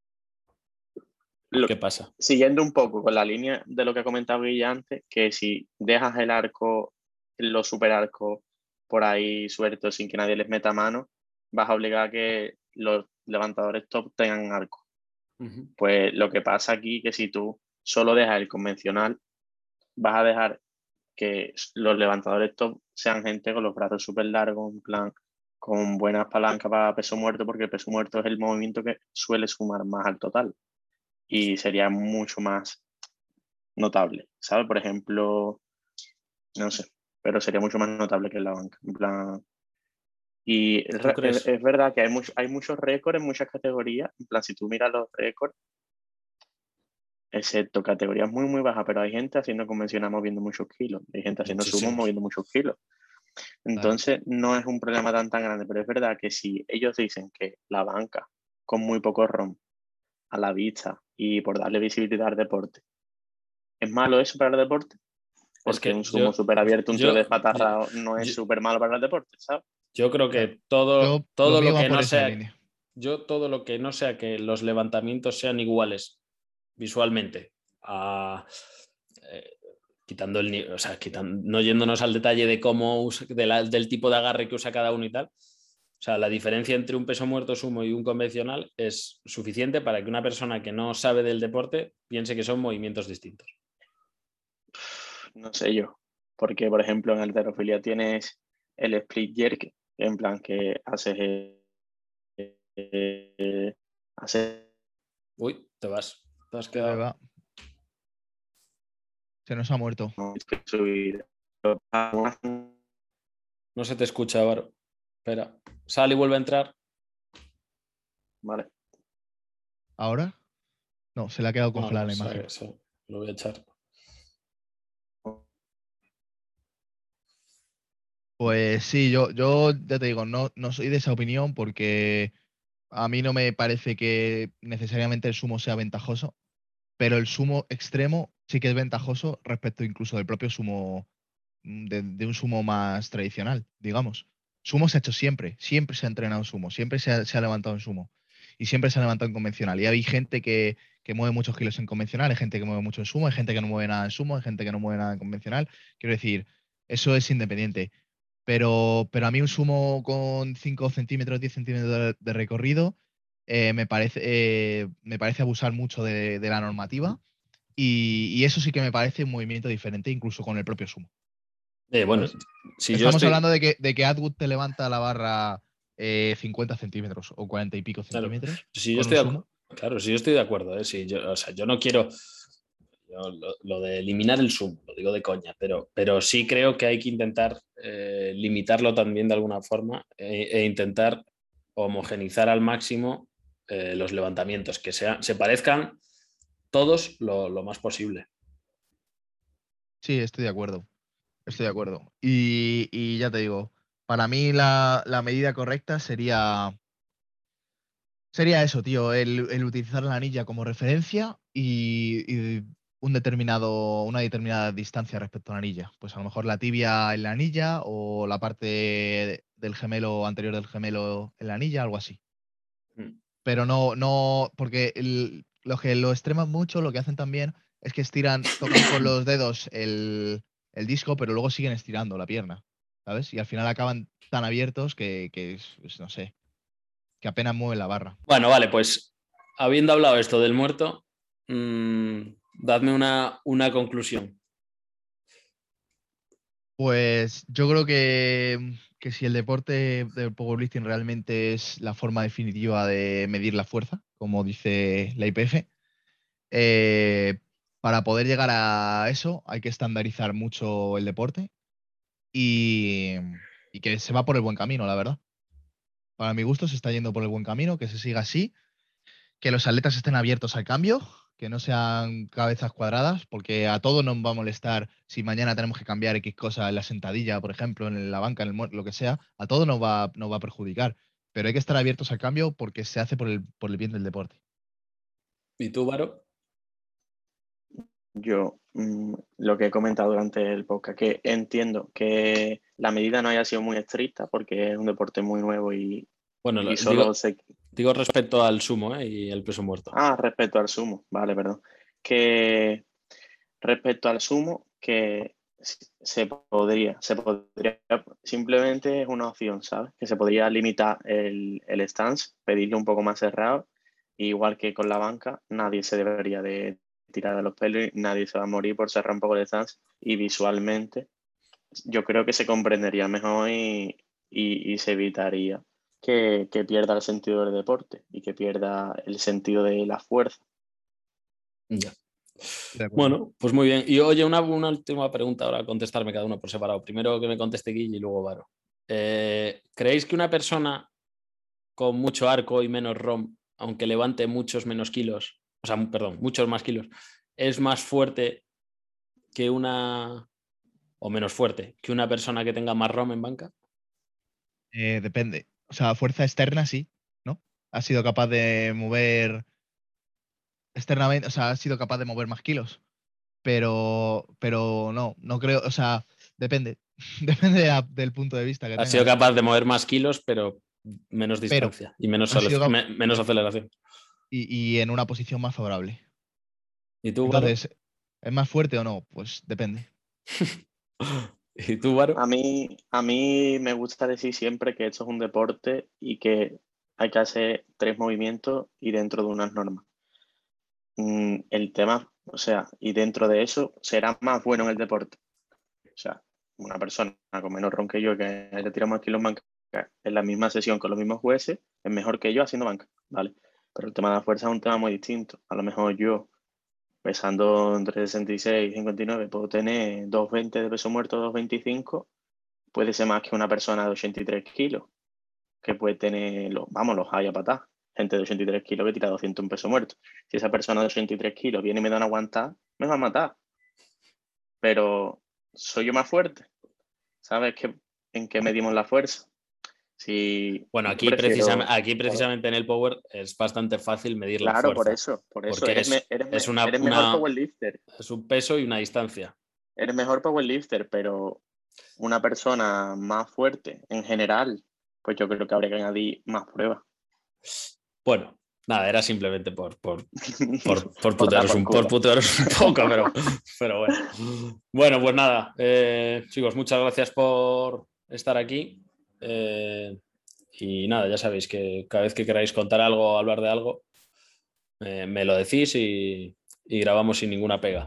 lo- ¿Qué pasa? siguiendo un poco con la línea de lo que ha comentado Guilla antes, que si dejas el arco, los super arcos por ahí sueltos sin que nadie les meta mano, vas a obligar a que los levantadores top tengan arco. Uh-huh. Pues lo que pasa aquí que si tú solo dejas el convencional, vas a dejar que los levantadores top sean gente con los brazos súper largos, en plan, con buenas palancas para peso muerto, porque el peso muerto es el movimiento que suele sumar más al total y sería mucho más notable, ¿sabes? Por ejemplo, no sé, pero sería mucho más notable que en la banca. En plan, y es, ¿Tú es, crees? es verdad que hay, mucho, hay muchos récords en muchas categorías. En plan, si tú miras los récords, excepto categorías muy, muy bajas, pero hay gente haciendo convencional moviendo muchos kilos, hay gente haciendo sumo Muchísimos. moviendo muchos kilos. Claro. Entonces, no es un problema tan, tan grande, pero es verdad que si ellos dicen que la banca, con muy poco ROM, a la vista y por darle visibilidad al deporte, ¿es malo eso para el deporte? Es Porque un que sumo yo, súper abierto, un tío yo, de patarra no es yo, súper malo para el deporte, ¿sabes? yo creo Claro. que todo, Yo, lo todo mío lo va que por no esa sea, línea. yo todo lo que no sea que los levantamientos sean iguales visualmente, a, eh, quitando el, ni- o sea, quitan- no yéndonos al detalle de cómo usa- de la- del tipo de agarre que usa cada uno y tal. O sea, la diferencia entre un peso muerto sumo y un convencional es suficiente para que una persona que no sabe del deporte piense que son movimientos distintos. No sé yo. Porque, por ejemplo, en halterofilia tienes el split jerk, en plan que haces, eh, eh, haces Uy, te vas. Te has Se me quedado. va. Se nos ha muerto. subir. No se te escucha, Álvaro. Espera. Sal y vuelve a entrar. Vale. ¿Ahora? No, se le ha quedado No, congelada no, la se- imagen. se- lo voy a echar. Pues sí, yo, yo ya te digo, no, no soy de esa opinión porque a mí no me parece que necesariamente el sumo sea ventajoso, pero el sumo extremo sí que es ventajoso respecto incluso del propio sumo, mm, de, de un sumo más tradicional, digamos. Sumo se ha hecho siempre, siempre se ha entrenado en sumo, siempre se ha, se ha levantado en sumo y siempre se ha levantado en convencional. Y hay gente que, que mueve muchos kilos en convencional, hay gente que mueve mucho en sumo, hay gente que no mueve nada en sumo, hay gente que no mueve nada en convencional. Quiero decir, eso es independiente. Pero, pero a mí un sumo con cinco centímetros, diez centímetros de, de recorrido eh, me parece, eh, me parece abusar mucho de, de la normativa y, y eso sí que me parece un movimiento diferente incluso con el propio sumo. Eh, bueno, ¿Sabes? si yo Estamos estoy. hablando de que, de que Atwood te levanta la barra eh, cincuenta centímetros o cuarenta y pico Claro, centímetros si yo con un estoy, sumo. de, claro, si yo estoy de acuerdo, ¿eh? Si yo, o sea, yo no quiero yo, lo, lo, de eliminar el sumo, lo digo de coña, pero, pero sí creo que hay que intentar eh, limitarlo también de alguna forma e, e intentar homogenizar al máximo eh, los levantamientos, que sea, se parezcan todos lo, lo más posible. Sí, estoy de acuerdo. Estoy de acuerdo. Y, y ya te digo, para mí la, la medida correcta sería, sería eso, tío, el, el utilizar la anilla como referencia y, y un determinado, una determinada distancia respecto a la anilla. Pues a lo mejor la tibia en la anilla o la parte de- del gemelo anterior del gemelo en la anilla, algo así. Mm. Pero no, no, porque el- los que lo extreman mucho, lo que hacen también es que estiran, tocan con los dedos el, el disco, pero luego siguen estirando la pierna, ¿sabes? Y al final acaban tan abiertos que, que es- es, no sé, que apenas mueven la barra. Bueno, vale, pues habiendo hablado esto del muerto, mmm, dadme una, una conclusión. Pues yo creo que, que si el deporte del powerlifting realmente es la forma definitiva de medir la fuerza, como dice la I P F, eh, para poder llegar a eso hay que estandarizar mucho el deporte y, y que se va por el buen camino, la verdad. Para mi gusto se está yendo por el buen camino, que se siga así, que los atletas estén abiertos al cambio, que no sean cabezas cuadradas, porque a todos nos va a molestar si mañana tenemos que cambiar X cosa en la sentadilla, por ejemplo, en la banca, en el muerto, lo que sea, a todos nos va, nos va a perjudicar. Pero hay que estar abiertos al cambio porque se hace por el, por el bien del deporte. ¿Y tú, Varo? Yo, mm, lo que he comentado durante el podcast, que entiendo que la medida no haya sido muy estricta porque es un deporte muy nuevo y, Bueno, y lo- solo digo, se... digo respecto al sumo, ¿eh? Y el peso muerto. Ah, respecto al sumo, vale, perdón. Que respecto al sumo, que s- se podría, se podría, simplemente es una opción, ¿sabes? Que se podría limitar el, el stance, pedirlo un poco más cerrado, igual que con la banca, nadie se debería de tirar de los pelos y nadie se va a morir por cerrar un poco el stance y visualmente yo creo que se comprendería mejor y, y- y se evitaría que, que pierda el sentido del deporte y que pierda el sentido de la fuerza. Ya. De acuerdo. Bueno, pues muy bien. Y oye, una, una última pregunta ahora, contestarme cada uno por separado. Primero que me conteste Guille y luego Varo. Eh, ¿creéis que una persona con mucho arco y menos ROM, aunque levante muchos menos kilos, o sea, perdón, muchos más kilos, es más fuerte que una, o menos fuerte, que una persona que tenga más ROM en banca? Eh, depende. O sea, fuerza externa sí, ¿no? Ha sido capaz de mover externamente, o sea, ha sido capaz de mover más kilos. Pero, pero no, no creo, o sea, depende. Depende de la- del punto de vista que Ha sido tengas. capaz de mover más kilos, pero menos Pero distancia y menos, ha sido cap- me- menos aceleración. y, y en una posición más favorable. ¿Y tú, Varo? Entonces, ¿es más fuerte o no? Pues depende. ¿Y tú, Varo? A mí, a mí me gusta decir siempre que esto es un deporte y que hay que hacer tres movimientos y dentro de unas normas. Mm, el tema, o sea, y dentro de eso será más bueno en el deporte. O sea, una persona con menos ron que yo, que haya tirado más kilos banca en la misma sesión con los mismos jueces, es mejor que yo haciendo banca, ¿vale? Pero el tema de la fuerza es un tema muy distinto. A lo mejor yo, pesando entre sesenta y seis y cincuenta y nueve, puedo tener doscientos veinte de peso muerto, doscientos veinticinco, puede ser más que una persona de ochenta y tres kilos, que puede tener, los, vamos, los haya patas. Gente de ochenta y tres kilos que tira doscientos en peso muerto. Si esa persona de ochenta y tres kilos viene y me da una aguantar, me va a matar. Pero soy yo más fuerte. ¿Sabes qué, en qué medimos la fuerza? Si Bueno, yo aquí, precisamente, prefiero, aquí precisamente en el Power es bastante fácil medir la claro, por fuerza, eso, por eso, porque eres, me- es, eres, es, me- una, eres mejor una, powerlifter, es un peso y una distancia. eres mejor powerlifter, pero una persona más fuerte en general, pues yo creo que habría que añadir más pruebas. Bueno, nada, era simplemente por, por, por, por, Por dar putearos, por un, por culo. putearos un poco, pero, pero bueno. Bueno, pues nada, eh, chicos, muchas gracias por estar aquí. Eh, y nada, ya sabéis que cada vez que queráis contar algo o hablar de algo, eh, me lo decís y, y grabamos sin ninguna pega.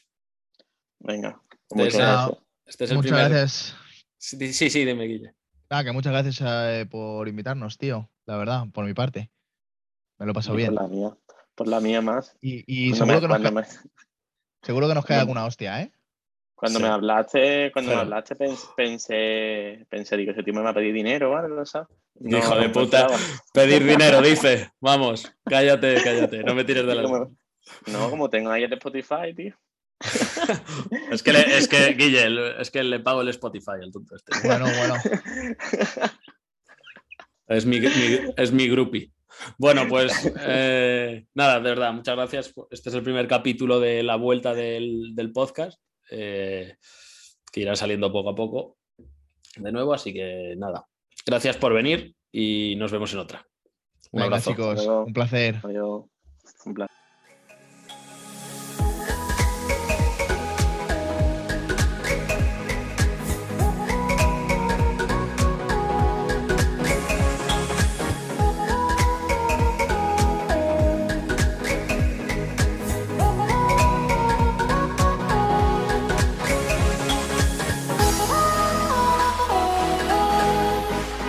Venga, Este es, muchas el- Nada, gracias. este es el muchas primer... gracias. Sí, sí, sí, dime, Guille. Nada, que muchas gracias eh, por invitarnos, tío. La verdad, por mi parte. Me lo he pasado Y por bien. la mía, por la mía más. Y, y Cuando seguro me, que nos cuando cae, me, seguro que nos cae cuando, alguna hostia, ¿eh? cuando me Sí, hablaste, cuando me pero hablaste pens- pensé, pensé, digo, ese tío me va a pedir dinero o algo, ¿sabes? hijo No, de no me puta, esperaba. pedir dinero, dice. Vamos, cállate, cállate, no me tires de Digo, las... me- no, como tengo ahí el Spotify, tío. es, que le, es que, Guille, el, es que le pago el Spotify al tonto este. Bueno, bueno. Es mi, mi, es mi groupie. Bueno, pues eh, nada, de verdad, muchas gracias. Este es el primer capítulo de la vuelta del, del podcast, eh, que irá saliendo poco a poco de nuevo, así que nada, gracias por venir y nos vemos en otra. Un Venga, abrazo. chicos, un placer. Adiós. Un placer.